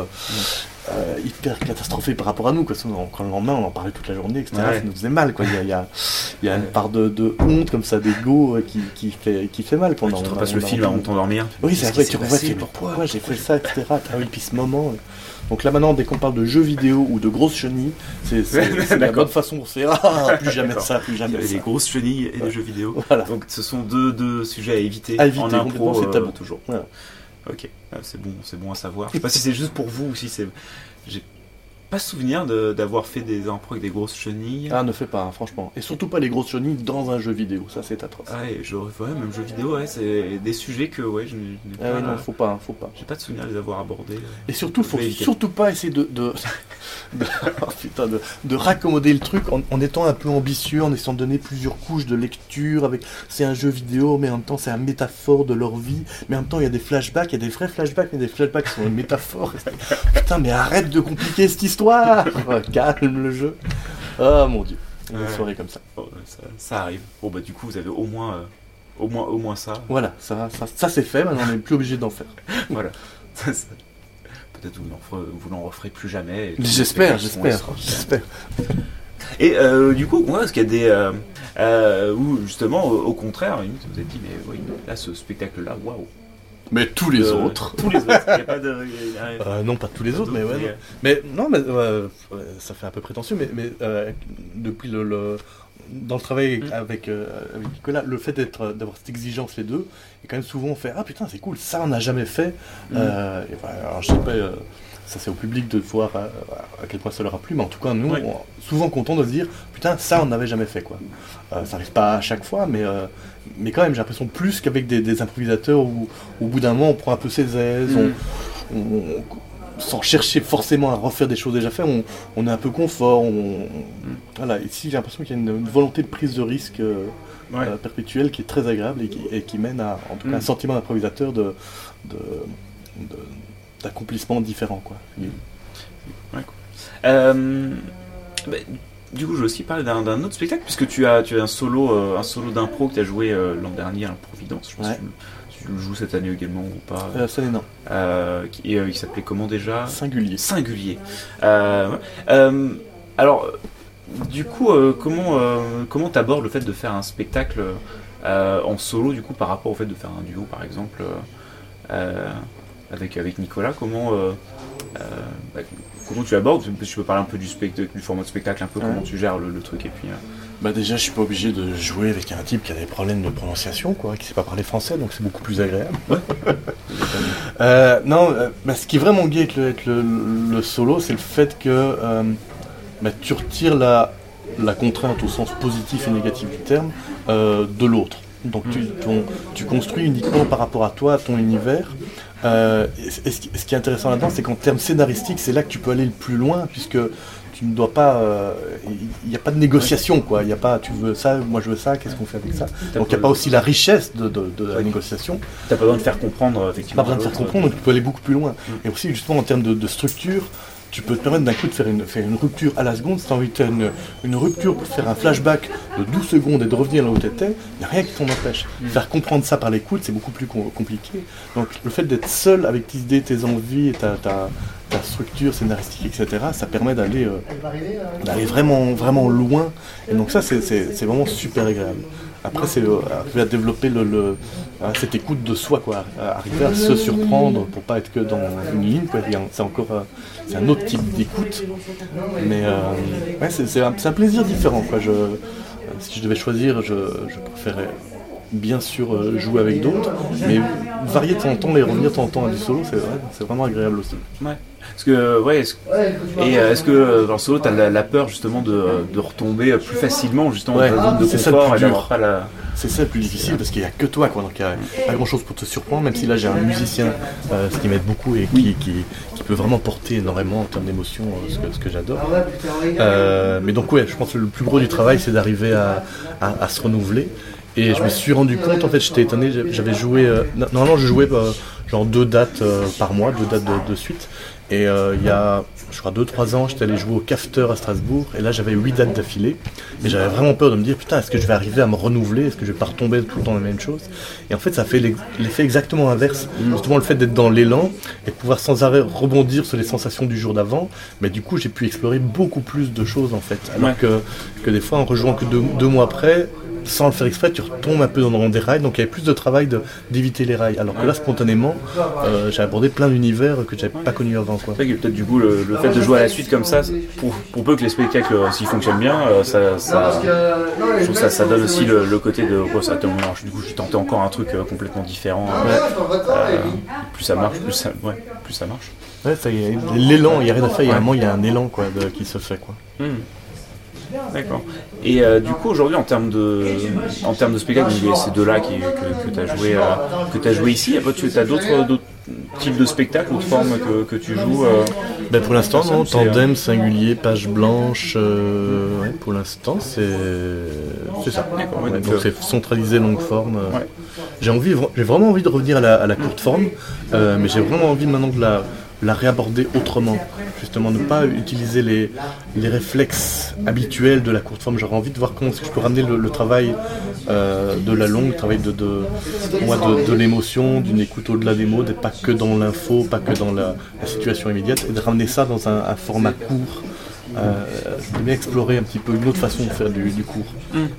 Euh, hyper catastrophé par rapport à nous, quoi. Quand le lendemain on en parlait toute la journée, et cetera. Ouais. Ça nous faisait mal, quoi. Il y a, il y a, il y a une part de, de honte comme ça, d'ego qui, qui, fait, qui fait mal pendant. Ouais, tu te repasses le film avant de t'endormir. Oui, c'est vrai, tu revois, pourquoi, pourquoi j'ai fait ça, et cetera. Ah oui, puis ce moment. Donc là maintenant, dès qu'on parle de jeux vidéo ou de grosses chenilles, c'est, c'est, c'est la bonne façon pour se dire ah, plus jamais ça, plus jamais ça. Il y avait les grosses chenilles et ouais. les jeux vidéo. Voilà. Donc ce sont deux, deux sujets à éviter. À éviter, en impro, c'est tabou euh, toujours. Voilà. Ok, c'est bon, c'est bon à savoir. Je sais pas si c'est juste pour vous ou si c'est. J'ai pas souvenir de, d'avoir fait des impros avec des grosses chenilles. Ah, ne fais pas, hein, franchement. Et surtout pas les grosses chenilles dans un jeu vidéo, ça c'est atroce. Ah, et je, ouais, même jeu vidéo, ouais, c'est des sujets que ouais, je n'ai ah, pas. Oui, non, faut pas, hein, faut pas. J'ai pas de souvenir de les avoir abordés. Et surtout, faut surtout pas essayer de. de... de, oh, putain, de, de raccommoder le truc en, en étant un peu ambitieux, en essayant de donner plusieurs couches de lecture. Avec, c'est un jeu vidéo, mais en même temps c'est un métaphore de leur vie. Mais en même temps il y a des flashbacks, il y a des vrais flashbacks, mais des flashbacks qui sont une métaphore. Putain, mais arrête de compliquer cette histoire. Ouais, calme le jeu. Oh mon dieu, une ouais. soirée comme ça. Oh, ça. Ça arrive. Bon bah du coup vous avez au moins, euh, au moins, au moins ça. Voilà, ça, ça, ça c'est fait. Maintenant on n'est plus obligé d'en faire. Voilà. Ça, ça... Peut-être vous n'en ferez, vous n'en referez plus jamais. J'espère, j'espère, j'espère. Et euh, du coup, ouais, est-ce qu'il y a des euh, euh, où justement, au, au contraire, vous vous êtes dit, mais oui, là, ce spectacle-là, waouh. Mais tous les euh, autres. Tous les autres. Il n'y a pas de. Euh, non, pas tous les autres, mais ouais. Non. Mais non, mais euh, ça fait un peu prétentieux, mais, mais euh, depuis le, le dans le travail mmh. avec, euh, avec Nicolas, le fait d'être, d'avoir cette exigence les deux, et quand même souvent on fait ah putain c'est cool, ça on n'a jamais fait. Mmh. Euh, et voilà, alors je sais pas. Euh, ça c'est au public de voir à, à quel point ça leur a plu, mais en tout cas nous, Ouais. on, souvent contents de se dire putain ça on n'avait jamais fait quoi. Euh, ça arrive pas à chaque fois, mais euh, mais quand même j'ai l'impression plus qu'avec des, des improvisateurs où au bout d'un moment on prend un peu ses aises, Mm. on, on- on- sans chercher forcément à refaire des choses déjà faites, on, on est un peu confort. On, on- voilà, ici j'ai l'impression qu'il y a une, une volonté de prise de risque euh, Ouais. euh, perpétuelle qui est très agréable et qui, et qui mène à en tout cas Mm. un sentiment d'improvisateur de, de, de- d'accomplissement différent quoi. Euh, bah, du coup, je vais aussi parler d'un, d'un autre spectacle, puisque tu as, tu as un solo, euh, un solo d'impro que tu as joué euh, l'an dernier à Providence. Je sais pas Ouais. si tu, si tu le joues cette année également ou pas. Euh, ça n'est non. Euh, qui, et, euh, qui s'appelait comment déjà? Singulier. Singulier. Euh, ouais. Euh, alors, du coup, euh, comment euh, comment t'abordes le fait de faire un spectacle euh, en solo, du coup, par rapport au fait de faire un duo, par exemple, euh, euh, avec avec Nicolas? Comment euh, euh, bah, comment tu abordes? Tu peux parler un peu du spectacle, du format de spectacle, un peu Ouais. comment tu gères le, le truc et puis. Euh... Bah déjà je suis pas obligé de jouer avec un type qui a des problèmes de prononciation quoi, qui sait pas parler français, donc c'est beaucoup plus agréable. euh, non, euh, bah, ce qui est vraiment gai avec le, avec le, le solo, c'est le fait que euh, bah, tu retires la, la contrainte au sens positif et négatif du terme euh, de l'autre. Donc tu, ton- tu construis uniquement par rapport à toi, à ton univers. Euh, et, et ce, qui, ce qui est intéressant là-dedans, c'est qu'en termes scénaristiques, c'est là que tu peux aller le plus loin, puisque tu ne dois pas, il n'y a pas de négociation quoi. Il y a pas, tu veux ça, moi je veux ça, qu'est-ce qu'on fait avec ça. Donc il n'y a pas aussi la richesse de, de, de la Ouais. négociation. T'as pas besoin de faire comprendre euh, effectivement. Pas besoin de faire l'autre, comprendre, donc tu peux aller beaucoup plus loin. Mm. Et aussi justement en termes de, de structure, tu peux te permettre d'un coup de faire une, faire une rupture à la seconde. Si tu as envie de faire une, une rupture pour faire un flashback de douze secondes et de revenir là où tu étais, il n'y a rien qui t'en empêche. Mm. Faire comprendre ça par l'écoute, c'est beaucoup plus com- compliqué. Donc le fait d'être seul avec tes idées, tes envies et ta, ta, ta structure scénaristique, et cetera, ça permet d'aller, euh, d'aller vraiment, vraiment loin. Et donc ça, c'est, c'est, c'est vraiment super agréable. Après, c'est euh, arriver à développer le, le- hein, cette écoute de soi, quoi. À- Arriver à se surprendre pour pas être que dans une ligne, quoi. Il y a- C'est encore euh, c'est un autre type d'écoute. Mais euh, ouais, c'est, c'est, un, c'est un plaisir différent, quoi. Je, euh, si je devais choisir, je, je préférais bien sûr euh, jouer avec d'autres, mais varier de temps en temps et revenir de temps en temps à du solo, c'est, ouais, c'est vraiment agréable aussi. Ouais. Parce que, ouais, est-ce, et euh, est-ce que euh, dans le solo, t'as la, la peur justement de, de retomber euh, plus facilement justement Ouais, dans la zone de c'est ça le confort plus et d'avoir dur. pas la. C'est ça le plus difficile parce qu'il n'y a que toi, quoi. Donc il n'y a pas grand chose pour te surprendre, même si là j'ai un musicien, euh, ce qui m'aide beaucoup et qui, qui, qui peut vraiment porter énormément en termes d'émotion, euh, ce, que, ce que j'adore. Euh, mais donc, ouais, je pense que le plus gros du travail c'est d'arriver à, à, à se renouveler. Et je me suis rendu compte, en fait, j'étais étonné, j'avais joué. Euh, normalement, je jouais euh, genre deux dates euh, par mois, deux dates de, de suite. Et euh, il y a, je crois, deux trois ans, j'étais allé jouer au Cafeteur à Strasbourg. Et là, j'avais huit dates d'affilée. Et j'avais vraiment peur de me dire, putain, est-ce que je vais arriver à me renouveler? Est-ce que je vais pas retomber tout le temps dans la même chose? Et en fait, ça fait l'effet exactement inverse. Justement, le fait d'être dans l'élan et de pouvoir sans arrêt rebondir sur les sensations du jour d'avant. Mais du coup, j'ai pu explorer beaucoup plus de choses, en fait. Alors Ouais. que, que des fois, en rejoignant que deux, deux mois après, sans le faire exprès, tu retombes un peu dans des rails, donc il y avait plus de travail de, d'éviter les rails. Alors que là, spontanément, euh, j'ai abordé plein d'univers que j'avais pas connus avant, quoi. C'est vrai que peut-être du coup le, le fait de jouer à la suite comme ça, pour, pour peu que les spectacles euh, s'ils fonctionnent bien, euh, ça, ça, je trouve ça, ça donne aussi le, le côté de oh, ça, attends, alors, du coup j'ai tenté encore un truc euh, complètement différent. Euh, euh, plus ça marche, plus ça, ouais, plus ça marche. Ouais, ça y est, l'élan, il y a rien à faire, il y a un moment, il y a un élan, quoi, de- qui se fait, quoi. Hmm. D'accord. Et euh, du coup aujourd'hui en termes de en termes de spectacle, donc, il y a ces deux-là qui, que, que tu as joué euh, que tu as joué ici. Après tu as d'autres, d'autres types de spectacles, d'autres formes que, que tu joues. Euh, Ben pour l'instant, non, c'est, euh, tandem, singulier, page blanche, euh, ouais, pour l'instant, c'est, c'est ça. D'accord, ouais, Ouais, donc, donc euh, c'est centralisé longue forme. euh. Ouais. J'ai envie, j'ai vraiment envie de revenir à la, à la courte forme, euh, mais j'ai vraiment envie maintenant de la, la réaborder autrement. Justement, ne pas utiliser les, les réflexes habituels de la courte forme. J'aurais envie de voir comment est-ce que je peux ramener le, le travail euh, de la longue, le travail de, de, moi, de, de l'émotion, d'une écoute au-delà des mots, d'être pas que dans l'info, pas que dans la, la situation immédiate, et de ramener ça dans un, un format court. Euh, je voulais bien explorer un petit peu une autre façon de faire du, du court.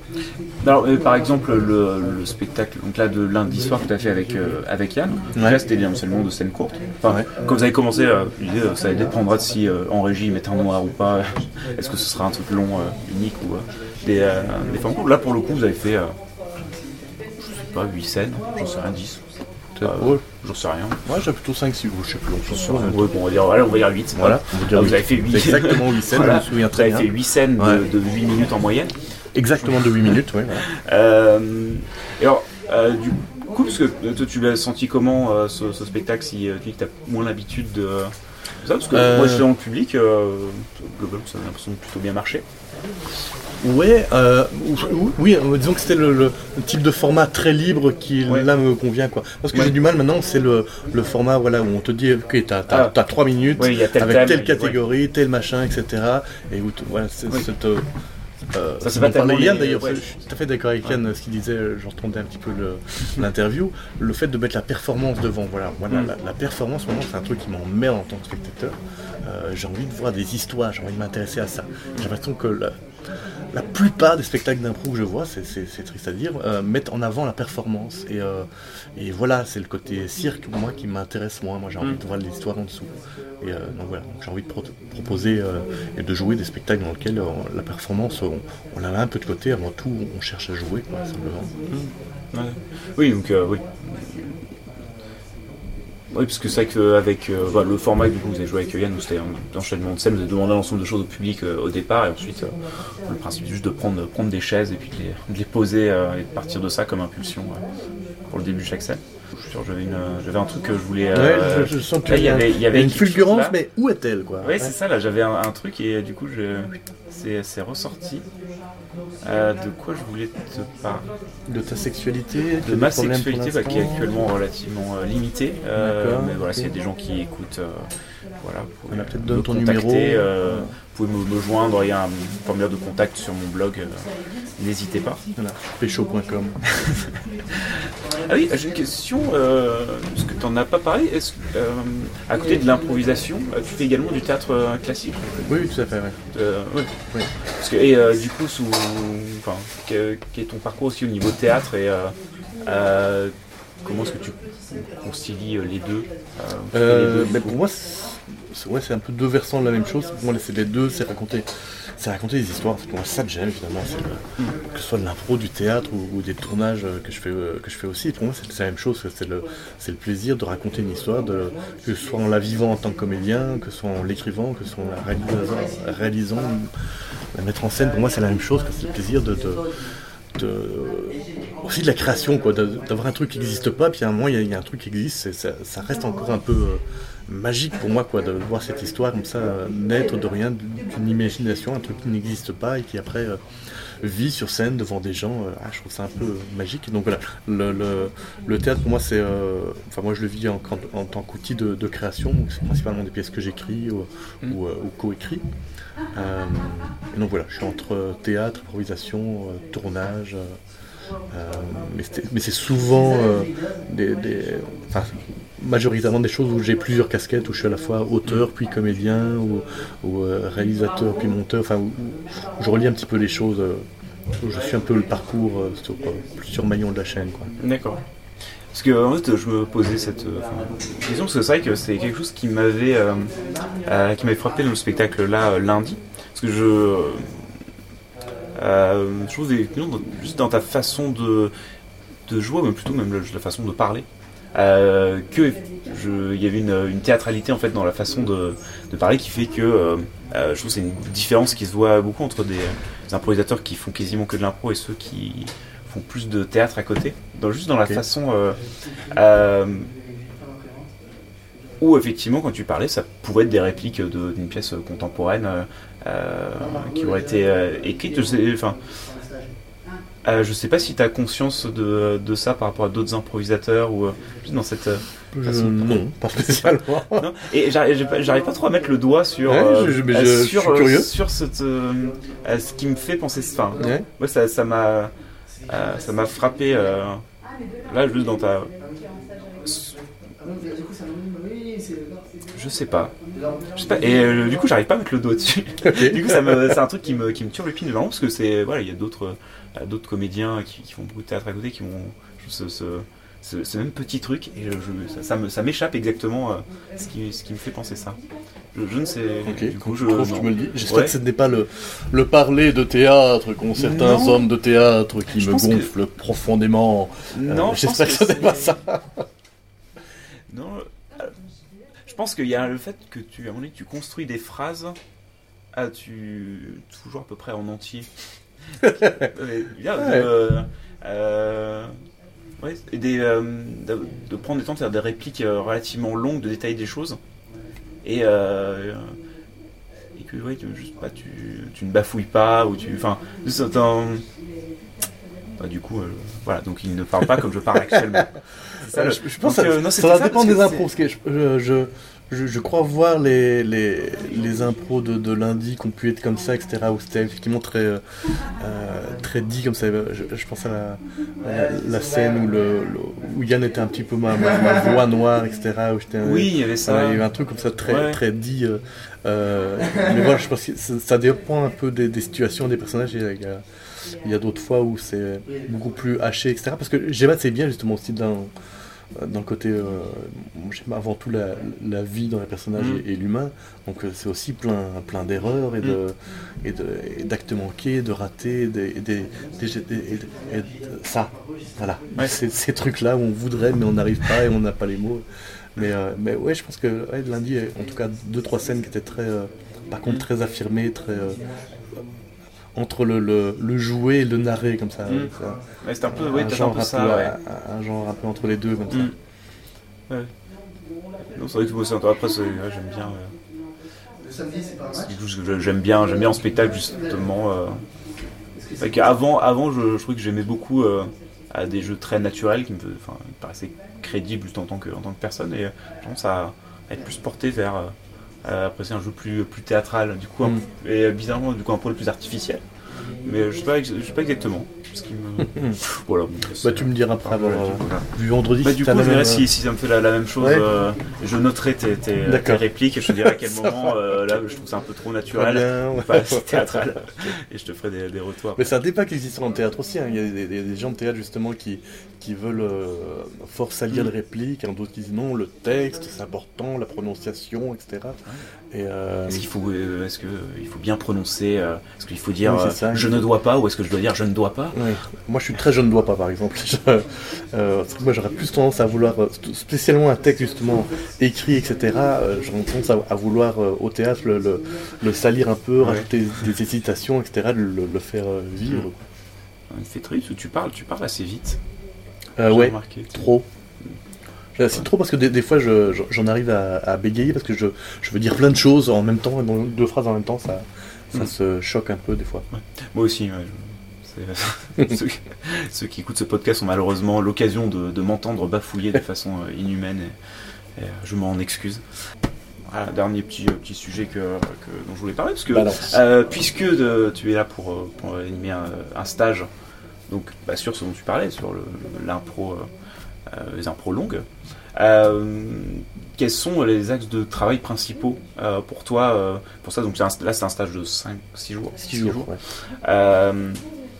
Alors, euh, par exemple, le, le spectacle donc là, de lundi soir que tu as fait avec, euh, avec Yann, Ouais. là c'était bien seulement de scène courte. Enfin, Ouais. quand vous avez commencé, euh, l'idée, euh, ça dépendra de si euh, en régie ils mettent un noir ou pas. Est-ce que ce sera un truc long, euh, unique ou euh, des, euh, des formes courtes. Là pour le coup, vous avez fait, euh, je sais pas, huit scènes, j'en sais rien, dix. Peut-être. Euh, ouais. J'en sais rien. Ouais, j'ai plutôt cinq six, je sais plus. J'en sais rien. Ouais, bon, on va dire, voilà, on va dire huit. Voilà, on va dire ah, huit. Vous avez fait huit. C'est exactement huit scènes, voilà. je me souviens très bien. Vous avez fait huit scènes ouais. de, de huit minutes en moyenne. Exactement de huit minutes, oui. Voilà. Euh, et alors, euh, du coup, parce que toi, tu l'as senti comment euh, ce, ce spectacle, si tu dis que tu as moins l'habitude de ça, parce que euh... moi, j'étais dans le public, euh, globalement, ça a l'impression de plutôt bien marcher. Ouais, euh, oui, disons que c'était le, le, le type de format très libre qui ouais. là me convient, quoi. Parce que ouais. j'ai du mal maintenant, c'est le, le format voilà, où on te dit ok, t'as, t'as, ah. t'as trois minutes ouais, avec thème, telle catégorie, ouais. tel machin, et cetera. Et où voilà, c'est, oui. cette, euh, ça c'est pas tellement Yann les... d'ailleurs, ouais. je suis tout à fait d'accord avec Yann, ouais. ce qu'il disait, j'entendais un petit peu le, l'interview, le fait de mettre la performance devant, voilà, voilà mm. la, la performance, vraiment, c'est un truc qui m'emmerde en tant que spectateur. Euh, j'ai envie de voir des histoires, j'ai envie de m'intéresser à ça. J'ai l'impression que la, la plupart des spectacles d'impro que je vois, c'est, c'est, c'est triste à dire, euh, mettent en avant la performance. Et, euh, et voilà, c'est le côté cirque, moi, qui m'intéresse moins. Moi, j'ai envie mm. de voir l'histoire en dessous. Et euh, donc voilà, donc, j'ai envie de pro- proposer euh, et de jouer des spectacles dans lesquels euh, la performance, on, on la met un peu de côté. Avant tout, on cherche à jouer, quoi, simplement. Mm. Ouais. Oui, donc euh, oui. Oui, parce que c'est vrai qu'avec euh, bah, le format que du coup, vous avez joué avec Yann, où c'était un enchaînement de scènes, vous avez demandé un ensemble de choses au public euh, au départ, et ensuite euh, le principe juste de prendre, prendre des chaises et puis de les, de les poser euh, et de partir de ça comme impulsion euh, pour le début de chaque scène. Je suis sûr que j'avais, une, j'avais un truc que je voulais... Euh, ouais, je, je sens que là, il y avait, il y avait une fulgurance, mais où est-elle, quoi? Oui, ouais. c'est ça, là, j'avais un, un truc et du coup, je, c'est, c'est ressorti. Euh, de quoi je voulais te parler? De ta sexualité? De ma sexualité bah, qui est actuellement relativement euh, limitée. Euh, mais voilà, okay. S'il y a des gens qui écoutent, euh, voilà, vous pouvez on a peut-être me donné ton contacter, numéro. Euh, vous pouvez me, me joindre, il y a un formulaire de contact sur mon blog, euh, n'hésitez pas. Voilà, pécho point com. Ah oui, j'ai une question, euh, parce que tu n'en as pas parlé. Est-ce, euh, à côté de l'improvisation, tu fais également du théâtre euh, classique? Oui, oui, tout à fait, ouais. Euh, oui. Oui. Parce que, et euh, du coup, sous, enfin, quel, quel est ton parcours aussi au niveau théâtre et euh, euh, comment est-ce que tu concilies les deux, euh, euh, les deux mais pour moi, c'est, ouais, c'est un peu deux versants de la même chose. Pour moi, c'est les deux, c'est raconter, c'est raconter des histoires. Pour moi, ça que j'aime, évidemment, c'est le, mm. que ce soit de l'impro, du théâtre ou, ou des tournages que je fais, que je fais aussi. Pour moi, c'est, c'est la même chose. C'est le, c'est le plaisir de raconter une histoire, de, que ce soit en la vivant en tant que comédien, que ce soit en l'écrivant, que ce soit en la réalisant, réalisant la mettre en scène. Pour moi, c'est la même chose. C'est le plaisir de, de De, aussi de la création, quoi, de, d'avoir un truc qui n'existe pas, puis à un moment il y, y a un truc qui existe, c'est, ça, ça reste encore un peu euh, magique pour moi, quoi, de voir cette histoire comme ça euh, naître de rien, d'une imagination, un truc qui n'existe pas et qui après euh, vit sur scène devant des gens. Euh, ah, je trouve ça un peu euh, magique. Donc voilà, le, le, le théâtre pour moi c'est, euh, enfin moi je le vis en, en, en tant qu'outil de, de création, donc c'est principalement des pièces que j'écris ou, mm. ou, ou co-écris. Euh, et donc voilà, je suis entre théâtre, improvisation, euh, tournage, euh, mais, mais c'est souvent euh, des, des, enfin, majoritairement des choses où j'ai plusieurs casquettes, où je suis à la fois auteur puis comédien, ou, ou euh, réalisateur puis monteur, enfin où, où je relie un petit peu les choses, euh, où je suis un peu le parcours euh, sur euh, plusieurs maillons de la chaîne, quoi. D'accord. Parce que en fait, je me posais cette euh, question, parce que c'est vrai que c'est quelque chose qui m'avait, euh, euh, qui m'avait frappé dans le spectacle là euh, lundi. Parce que je, euh, je trouve des, non, juste dans ta façon de, de jouer, mais plutôt même la, la façon de parler, euh, que je, il y avait une, une théâtralité en fait dans la façon de, de parler qui fait que euh, euh, je trouve que c'est une différence qui se voit beaucoup entre des, des improvisateurs qui font quasiment que de l'impro et ceux qui font plus de théâtre à côté, dans, juste dans la okay. façon euh, euh, où effectivement quand tu parlais ça pouvait être des répliques de, d'une pièce contemporaine euh, euh, qui aurait été euh, écrite. Je sais, enfin, euh, je sais pas si tu as conscience de, de ça par rapport à d'autres improvisateurs ou euh, juste dans cette euh, façon. Euh, non, pas spécialement. Non. Et j'arrive, j'arrive pas trop à mettre le doigt sur ouais, euh, je, mais je, sur, je suis curieux. sur cette, euh, ce qui me fait penser. Enfin, ouais. moi ça, ça m'a Euh, ça m'a frappé euh, là juste dans ta je sais pas je sais pas et euh, du coup j'arrive pas à mettre le doigt dessus. Okay. Du coup ça me, c'est un truc qui me, qui me tire le pied vraiment parce que c'est voilà il y a d'autres, euh, d'autres comédiens qui, qui font beaucoup de théâtre à côté qui ont ce, ce, ce, ce même petit truc et je, ça, ça, me, ça m'échappe exactement euh, ce, qui, ce qui me fait penser ça. Je, je ne sais. Okay. Du coup, je, je trouve que tu me le dis. J'espère ouais. que ce n'est pas le, le parler de théâtre qu'ont certains non. hommes de théâtre qui je me gonflent que... profondément. Non, euh, j'espère que, que ce n'est pas ça. pense qu'il y a le fait que tu, à un moment donné, tu construis des phrases, ah, tu toujours à peu près en entier. ouais, bien, Ouais. de, euh, ouais, et des, euh, de, de prendre du temps de faire des répliques euh, relativement longues, de détailler des choses, et, euh, et que ouais, tu, juste pas, tu, tu ne bafouilles pas, ou tu, enfin, c'est un- bah, du coup, euh, voilà, donc il ne parle pas comme je parle actuellement. C'est ça, Euh, le- je, je pense donc, que ça, euh, non, ça c'était va ça, dépendre parce des que impros. Parce que je, je, je, je- je crois voir les, les, les impros de, de lundi qui ont pu être comme ça, et cetera. Où c'était effectivement très, euh, très dit comme ça. Je, je pense à la, à la scène où, le, le- où Yann était un petit peu ma, ma, ma voix noire, et cetera. Où j'étais un- Oui, il y avait ça. voilà, il y avait un truc comme ça très, Ouais. très dit. euh, euh, mais voilà, je pense que ça, ça dépend un peu des, des situations, des personnages. Il y a, il y a, il y a d'autres fois où c'est beaucoup plus haché, et cetera. Parce que G M A T c'est bien justement aussi dans, dans le côté, euh, j'aime avant tout la, la vie dans les personnages Mm. et, et l'humain. Donc euh, c'est aussi plein, plein d'erreurs et, de, et, de, et d'actes manqués, de ratés, des, et des, des, des- et- et- et ça, voilà. Ouais. Ces, ces trucs-là où on voudrait mais on n'arrive pas et on n'a pas les mots. Mais, euh, mais ouais, je pense que ouais, lundi, en tout cas, deux, trois scènes qui étaient très, euh, par contre, très affirmées, très... euh, entre le, le, le jouer et le narrer comme ça. Mm. ça Ouais, c'était un peu, ouais, un, t'as un genre peu un, ça, peu, ouais. un, un genre un peu entre les deux comme ça. Mm. Ouais. Non, c'est vrai que moi, c'est après, c'est, ouais, j'aime bien. Euh, c'est quelque chose que j'aime bien, j'aime bien en spectacle justement. Euh, c'est vrai qu'avant, avant, je, je trouvais que j'aimais beaucoup euh, à des jeux très naturels qui me, enfin, me paraissaient crédibles juste en tant que, en tant que personne, et euh, je pense à, à être plus porté vers euh, à apprécier un jeu plus, plus théâtral, du coup, un- Mm. et euh, bizarrement, du coup, un peu plus artificiel. Mais euh, je sais pas, je sais pas exactement. Ce qui me... voilà. bon, Bah, tu me diras après avoir voilà, euh, voilà. vu vendredi Bah, si du t'as coup, la je verrai même, euh, si, si ça me fait la, la même chose. Ouais. euh, je noterai tes, tes, tes D'accord. répliques et je te dirai à quel Ça moment euh, là je trouve ça un peu trop Très naturel, bien, ouais. pas assez théâtral. Et je te ferai des, des retours. Mais c'est un débat qui existe en théâtre aussi. hein. Il y a des, des- des gens de théâtre justement qui, qui veulent euh, fort salir Mm. les répliques, et d'autres qui disent non, le texte c'est important, la prononciation, et cetera. Et, euh, Est-ce qu'il faut, euh, est-ce que euh, il faut bien prononcer euh, Est-ce qu'il faut dire Oui, c'est euh, ça. je ne dois pas ou est-ce que je dois dire je ne dois pas ouais. Moi je suis très je ne dois pas par exemple. Je- euh, c'est que moi j'aurais plus tendance à vouloir, euh, spécialement un texte justement écrit, et cetera. Euh, j'aurais tendance à, à vouloir euh, au théâtre le, le, le salir un peu, Ouais. rajouter des hésitations, et cetera. Le, le faire euh, vivre. Il fait très vite, tu parles, tu parles assez vite. Euh, J'ai ouais, remarqué. trop. Euh, C'est trop parce que des, des fois je- je- j'en arrive à, à bégayer parce que je, je veux dire plein de choses en même temps, et dans deux phrases en même temps, ça, ça Mm. se choque un peu des fois. Moi aussi. Ouais, je- c'est- ceux, ceux qui écoutent ce podcast ont malheureusement l'occasion de, de m'entendre bafouiller de façon euh, inhumaine et, et, euh, je m'en excuse. Voilà, dernier petit, euh, petit sujet que, que- dont je voulais parler, parce que Balance. euh, puisque de- tu es là pour, euh, pour animer un, un stage, donc bah, sur ce dont tu parlais, sur le- le- l'impro, euh, euh, les impros longues, euh, quels sont les axes de travail principaux euh, pour toi euh, pour ça? Donc c'est un- là c'est un stage de cinq six jours. Six jours, ouais. Euh,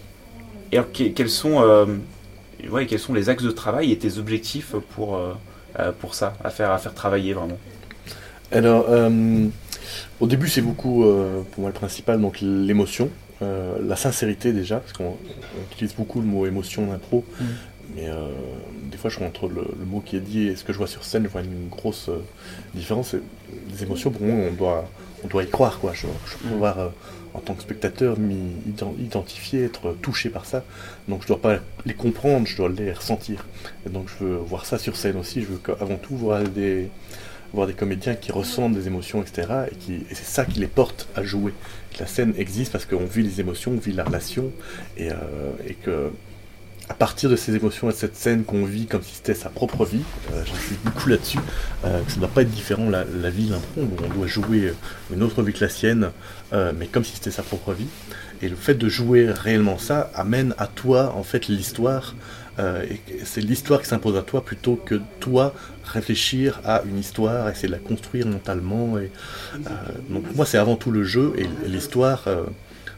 et alors, que- quels sont, euh, ouais, quels sont les axes de travail et tes objectifs pour, euh, euh, pour ça, à faire, à faire travailler vraiment? Alors, euh, au début, c'est beaucoup, euh, pour moi, le principal, donc l'émotion, euh, la sincérité déjà, parce qu'on on utilise beaucoup le mot émotion en impro, Mm. mais euh, des fois, je rentre entre le, le mot qui est dit et ce que je vois sur scène, je vois une grosse euh, différence. Et les émotions, pour moi, on doit, on doit y croire, quoi. Je, je peux Mm. pouvoir, euh, en tant que spectateur, m'identifier, être touché par ça. Donc, je dois pas les comprendre, je dois les ressentir. Et donc, je veux voir ça sur scène aussi. Je veux avant tout voir des voir des comédiens qui ressentent des émotions, et cetera. Et, qui, et c'est ça qui les porte à jouer. Que la scène existe parce qu'on vit les émotions, on vit la relation, et, euh, et que à partir de ces émotions et de cette scène qu'on vit comme si c'était sa propre vie, euh, j'insiste beaucoup là-dessus, euh, que ça ne doit pas être différent la, la vie l'impro, où on doit jouer une autre vie que la sienne, euh, mais comme si c'était sa propre vie. Et le fait de jouer réellement ça amène à toi en fait l'histoire. Euh, et c'est l'histoire qui s'impose à toi plutôt que toi réfléchir à une histoire, essayer de la construire mentalement. Et, euh, donc moi c'est avant tout le jeu et l'histoire. Euh,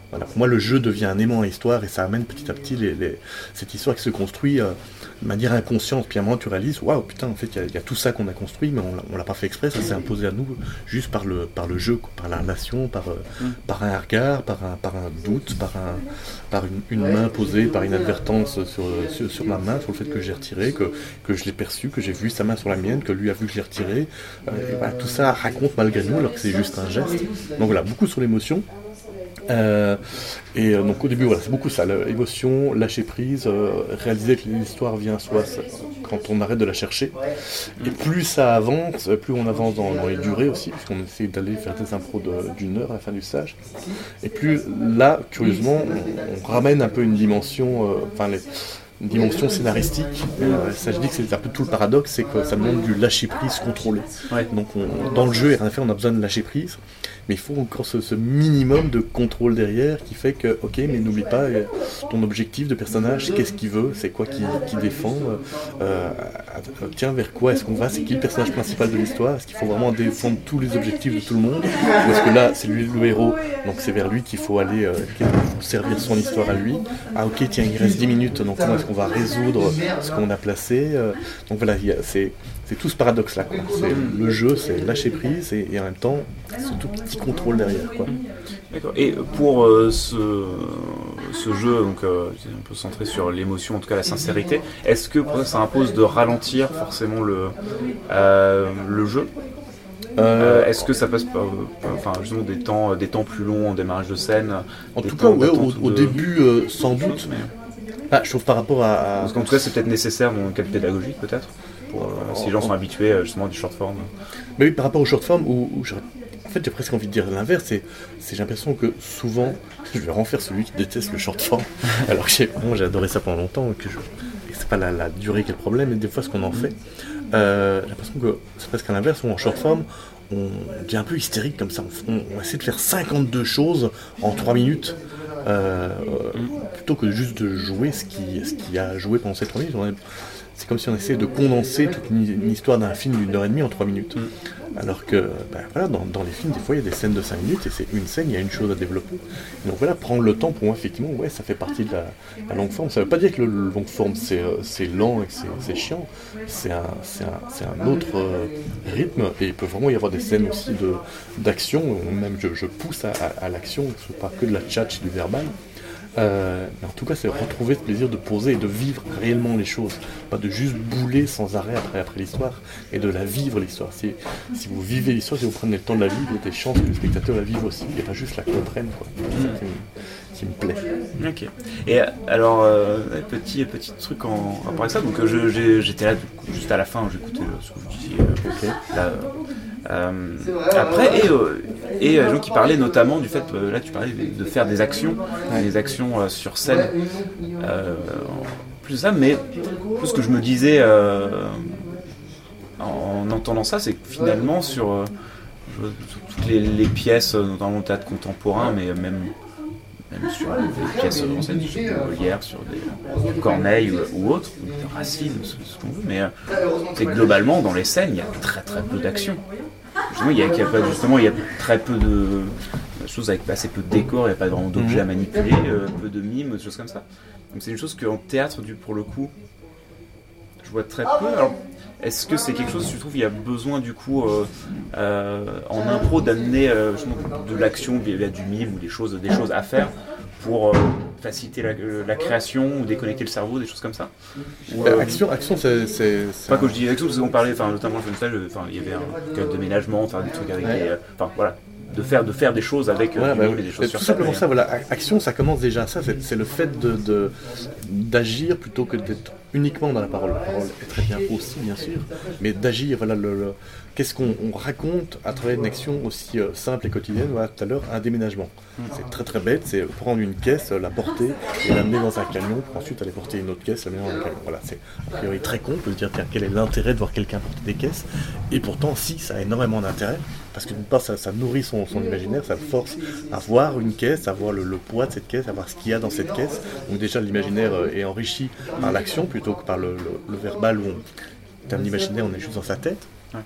Voilà. Pour moi, le jeu devient un aimant à l'histoire et ça amène petit à petit les, les... cette histoire qui se construit euh, de manière inconsciente. Puis à un moment, tu réalises, waouh, putain, en fait, il y, y a tout ça qu'on a construit, mais on l'a, on l'a pas fait exprès, ça s'est imposé à nous juste par le, par le jeu, quoi, par la relation, par, euh, mm. par un regard, par un, par un doute, par, un, par une, une main posée, par inadvertance sur, sur, sur ma main, sur le fait que j'ai retiré, que, que je l'ai perçu, que j'ai vu sa main sur la mienne, que lui a vu que je l'ai retiré. Euh, voilà, tout ça raconte malgré nous, alors que c'est juste un geste. Donc voilà, beaucoup sur l'émotion. Euh, et euh, donc au début voilà c'est beaucoup ça, l'émotion, lâcher prise, euh, réaliser que l'histoire vient à soi ça, quand on arrête de la chercher, et plus ça avance, plus on avance dans, dans les durées aussi, puisqu'on essaie d'aller faire des impros de, d'une heure à la fin du stage, et plus là curieusement on, on ramène un peu une dimension, euh, enfin les une dimension scénaristique. Euh, ça, je dis que c'est un peu tout le paradoxe, c'est que ça demande du lâcher prise contrôlé. Ouais. Donc on, dans le jeu, en effet, on a besoin de lâcher prise, mais il faut encore ce, ce minimum de contrôle derrière qui fait que, ok, mais n'oublie pas euh, ton objectif de personnage, qu'est-ce qu'il veut, c'est quoi qu'il qui défend, euh, euh, tiens, vers quoi est-ce qu'on va, c'est qui le personnage principal de l'histoire, est-ce qu'il faut vraiment défendre tous les objectifs de tout le monde, ou est-ce que là, c'est lui le héros, donc c'est vers lui qu'il faut aller, euh, qu'il faut servir son histoire à lui. Ah ok, tiens, il reste dix minutes, donc comment est-ce qu'on va résoudre ce qu'on a placé, euh, donc voilà, y a, c'est, c'est tout ce paradoxe-là, quoi. C'est, le jeu, c'est lâcher prise et, et en même temps, ce tout petit contrôle derrière, quoi. D'accord. Et pour euh, ce, ce jeu, donc euh, un peu centré sur l'émotion, en tout cas la sincérité, est-ce que pour ça, ça impose de ralentir forcément le, euh, le jeu ? Euh, est-ce que ça passe par, enfin, justement des temps, des temps plus longs en démarrage de scène ? En tout cas, ouais, au, au de... début, euh, sans doute. Mais... Ah, je trouve par rapport à, à... Parce qu'en tout cas, c'est peut-être nécessaire dans le cadre pédagogique, peut-être, pour, euh, si les gens sont habitués justement à du short form. Mais oui, par rapport au short form, où, où en fait, j'ai presque envie de dire l'inverse. C'est, c'est j'ai l'impression que souvent, je vais renfaire celui qui déteste le short form, alors que j'ai, bon, j'ai adoré ça pendant longtemps, et que, je, et que c'est pas la, la durée qui est le problème, mais des fois ce qu'on en fait. Euh, j'ai l'impression que c'est presque à l'inverse, où en short form, on devient un peu hystérique comme ça. On, on, on essaie de faire cinquante-deux choses en trois minutes. Euh, plutôt que juste de jouer ce qui, ce qui a joué pendant ces trois minutes. On est, c'est comme si on essayait de condenser toute une, une histoire d'un film d'une heure et demie en trois minutes. Alors que ben voilà, dans, dans les films, des fois, il y a des scènes de cinq minutes et c'est une scène, il y a une chose à développer. Et donc voilà, prendre le temps, pour moi, effectivement, ouais, ça fait partie de la, la longue forme. Ça ne veut pas dire que le, le long forme, c'est, c'est lent et que c'est, c'est chiant. C'est un, c'est un, c'est un autre euh, rythme et il peut vraiment y avoir des scènes aussi de, d'action, où même je, je pousse à, à, à l'action, que ce soit pas que de la tchatch du verbal. Euh, mais en tout cas, c'est retrouver ce plaisir de poser et de vivre réellement les choses, pas de juste bouler sans arrêt après, après l'histoire, et de la vivre l'histoire. Si, si vous vivez l'histoire, si vous prenez le temps de la vivre, il y a des chances que le spectateur la vive aussi, et pas juste la comprenne, quoi. C'est ça qui me, qui me plaît. Ok. Et alors, euh, petit petit truc en rapport avec ça. Donc, je, j'ai, j'étais là juste à la fin, j'écoutais ce que vous disiez. Euh, okay. Là, Euh, après, et, euh, et euh, gens qui parlaient notamment du fait, euh, là tu parlais de faire des actions, ouais. des actions euh, sur scène, euh, plus ça, mais ce que je me disais euh, en, en entendant ça, c'est que finalement sur, euh, sur toutes les, les pièces, notamment au théâtre contemporain, mais même même sur des pièces en scène, sur des Molière, sur des Corneille ou, ou autres, ou des Racine, ce, ce qu'on veut, mais euh, c'est que globalement, dans les scènes, il y a très très peu d'action. Justement, il y a, il y a pas, justement, il y a très peu de choses avec assez peu de décors, il n'y a pas vraiment d'objets à manipuler, euh, peu de mimes, des choses comme ça. Donc c'est une chose qu'en théâtre, du, pour le coup, je vois très peu. Alors, est-ce que c'est quelque chose, tu trouves, il y a besoin du coup euh, euh, en impro d'amener euh, de l'action via du mime ou des choses, des choses à faire pour euh, faciliter la, la création ou déconnecter le cerveau, des choses comme ça ou, euh, Action, action, c'est, c'est, c'est pas que je dis action parce qu'on parlait, enfin notamment le stage, enfin il y avait un cadre de ménagement, faire des trucs avec, ouais. les, enfin voilà. De faire, de faire des choses avec voilà, du bah, mime et des choses tout sur simplement ça. ça, voilà. Action, ça commence déjà ça, c'est, c'est le fait de, de, d'agir plutôt que d'être uniquement dans la parole. La parole est très bien aussi, bien sûr, mais d'agir, voilà, le, le, qu'est-ce qu'on on raconte à travers une action aussi euh, simple et quotidienne, voilà, tout à l'heure, un déménagement. Mmh. C'est très très bête, c'est prendre une caisse, la porter et l'amener dans un camion, pour ensuite aller porter une autre caisse, la mettre dans un camion. Voilà, c'est a priori très con, on peut se dire, tiens, quel est l'intérêt de voir quelqu'un porter des caisses ? Et pourtant, si, ça a énormément d'intérêt, parce que d'une part, ça, ça nourrit son, son imaginaire, ça le force à voir une caisse, à voir le, le poids de cette caisse, à voir ce qu'il y a dans cette caisse. Donc déjà, l'imaginaire est enrichi par l'action plutôt que par le, le, le verbal où, on, en termes d'imaginaire, on est juste dans sa tête.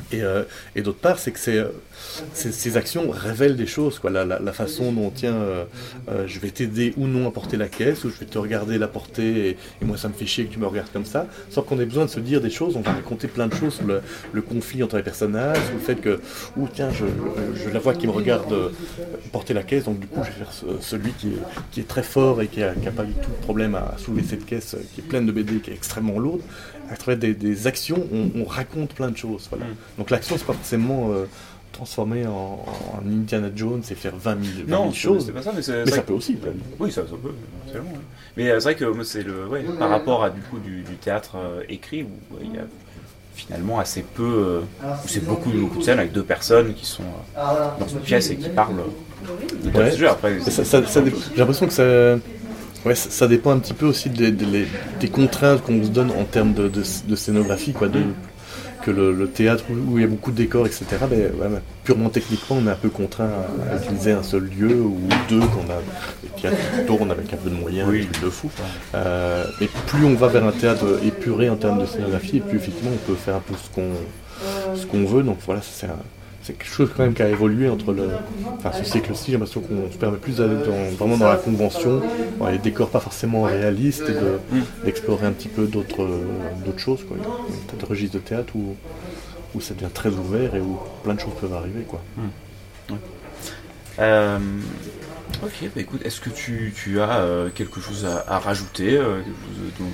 Et, euh, et d'autre part, c'est que c'est, euh, c'est, ces actions révèlent des choses, quoi. La, la, la façon dont, tiens, euh, euh, je vais t'aider ou non à porter la caisse, ou je vais te regarder la porter, et, et moi ça me fait chier que tu me regardes comme ça, sans qu'on ait besoin de se dire des choses. On va raconter plein de choses sur le, le conflit entre les personnages, sur le fait que, ou tiens, je, je la vois qui me regarde euh, porter la caisse, donc du coup je vais faire ce, celui qui est, qui est très fort et qui a, qui a pas du tout de problème à soulever cette caisse, euh, qui est pleine de B D, qui est extrêmement lourde. À travers des, des actions, on, on raconte plein de choses. Voilà. Mm. Donc l'action, c'est pas forcément euh, transformer en, en Indiana Jones et faire vingt mille, vingt mille choses. C'est pas ça, mais, c'est, mais ça ça que... peut aussi. Là. Oui, ça, ça peut, absolument. Ouais. Mais euh, c'est vrai que moi, c'est le, ouais, par rapport à du coup du, du théâtre euh, écrit, où il euh, y a finalement assez peu, euh, où c'est beaucoup, beaucoup de scènes avec deux personnes qui sont euh, dans une pièce et qui parlent euh, de ouais. ce jeu. Après, ça, ça, ça, j'ai l'impression que ça. Ouais, ça, ça dépend un petit peu aussi des, des, des contraintes qu'on se donne en termes de, de, de scénographie, quoi, de, que le, le théâtre où, où il y a beaucoup de décors, et cetera. Ben, ouais, purement techniquement, on est un peu contraint à, à utiliser un seul lieu ou deux qu'on a, qui, a, qui tourne avec un peu de moyens, oui. Un truc de fou. Euh, et plus on va vers un théâtre épuré en termes de scénographie, et plus effectivement on peut faire un peu ce qu'on, ce qu'on veut. Donc voilà, c'est un, c'est quelque chose quand même qui a évolué entre le, enfin, ce siècle-ci. J'ai l'impression qu'on se permet plus d'aller dans, vraiment dans la convention, dans les décors pas forcément réalistes, et de, mm. d'explorer un petit peu d'autres, euh, d'autres choses, quoi. Peut-être un registre de théâtre où, où ça devient très ouvert et où plein de choses peuvent arriver, quoi. Mm. Ouais. Euh, ok, bah écoute, est-ce que tu, tu as euh, quelque chose à, à rajouter euh, quelque chose dont...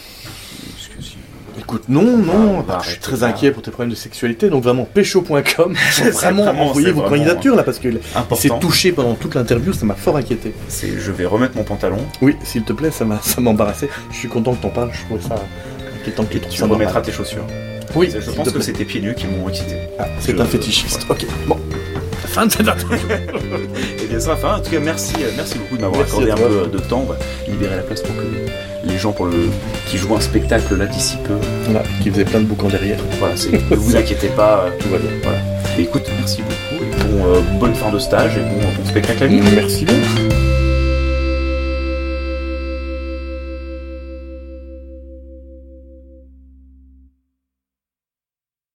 Écoute, non, non, bah, je suis très inquiet pour tes problèmes de sexualité, donc vraiment pécho point com, vraiment envoyez vos candidatures là, parce que c'est touché pendant toute l'interview, ça m'a fort inquiété. C'est, je vais remettre mon pantalon. Oui, s'il te plaît, ça m'a, ça m'a embarrassé. Je suis content que t'en parles, je trouve ça inquiétant que tu trouves ça. Tu remettras tes chaussures. Oui, je pense que c'est tes pieds nus qui m'ont excité. Ah, c'est je... un fétichiste. Ouais. Ok, bon. Fin de cette interview. Et bien ça, fin. En tout cas, merci, merci beaucoup de m'avoir merci accordé un peu de temps. On va libérer la place pour que les gens pour le... qui jouent un spectacle là d'ici peu. Voilà, qui faisaient plein de boucans derrière. Voilà, c'est... ne vous inquiétez pas, tout va bien. Voilà. Et écoute, merci beaucoup et bon, euh, bonne fin de stage et bon, bon spectacle à venir. Merci beaucoup.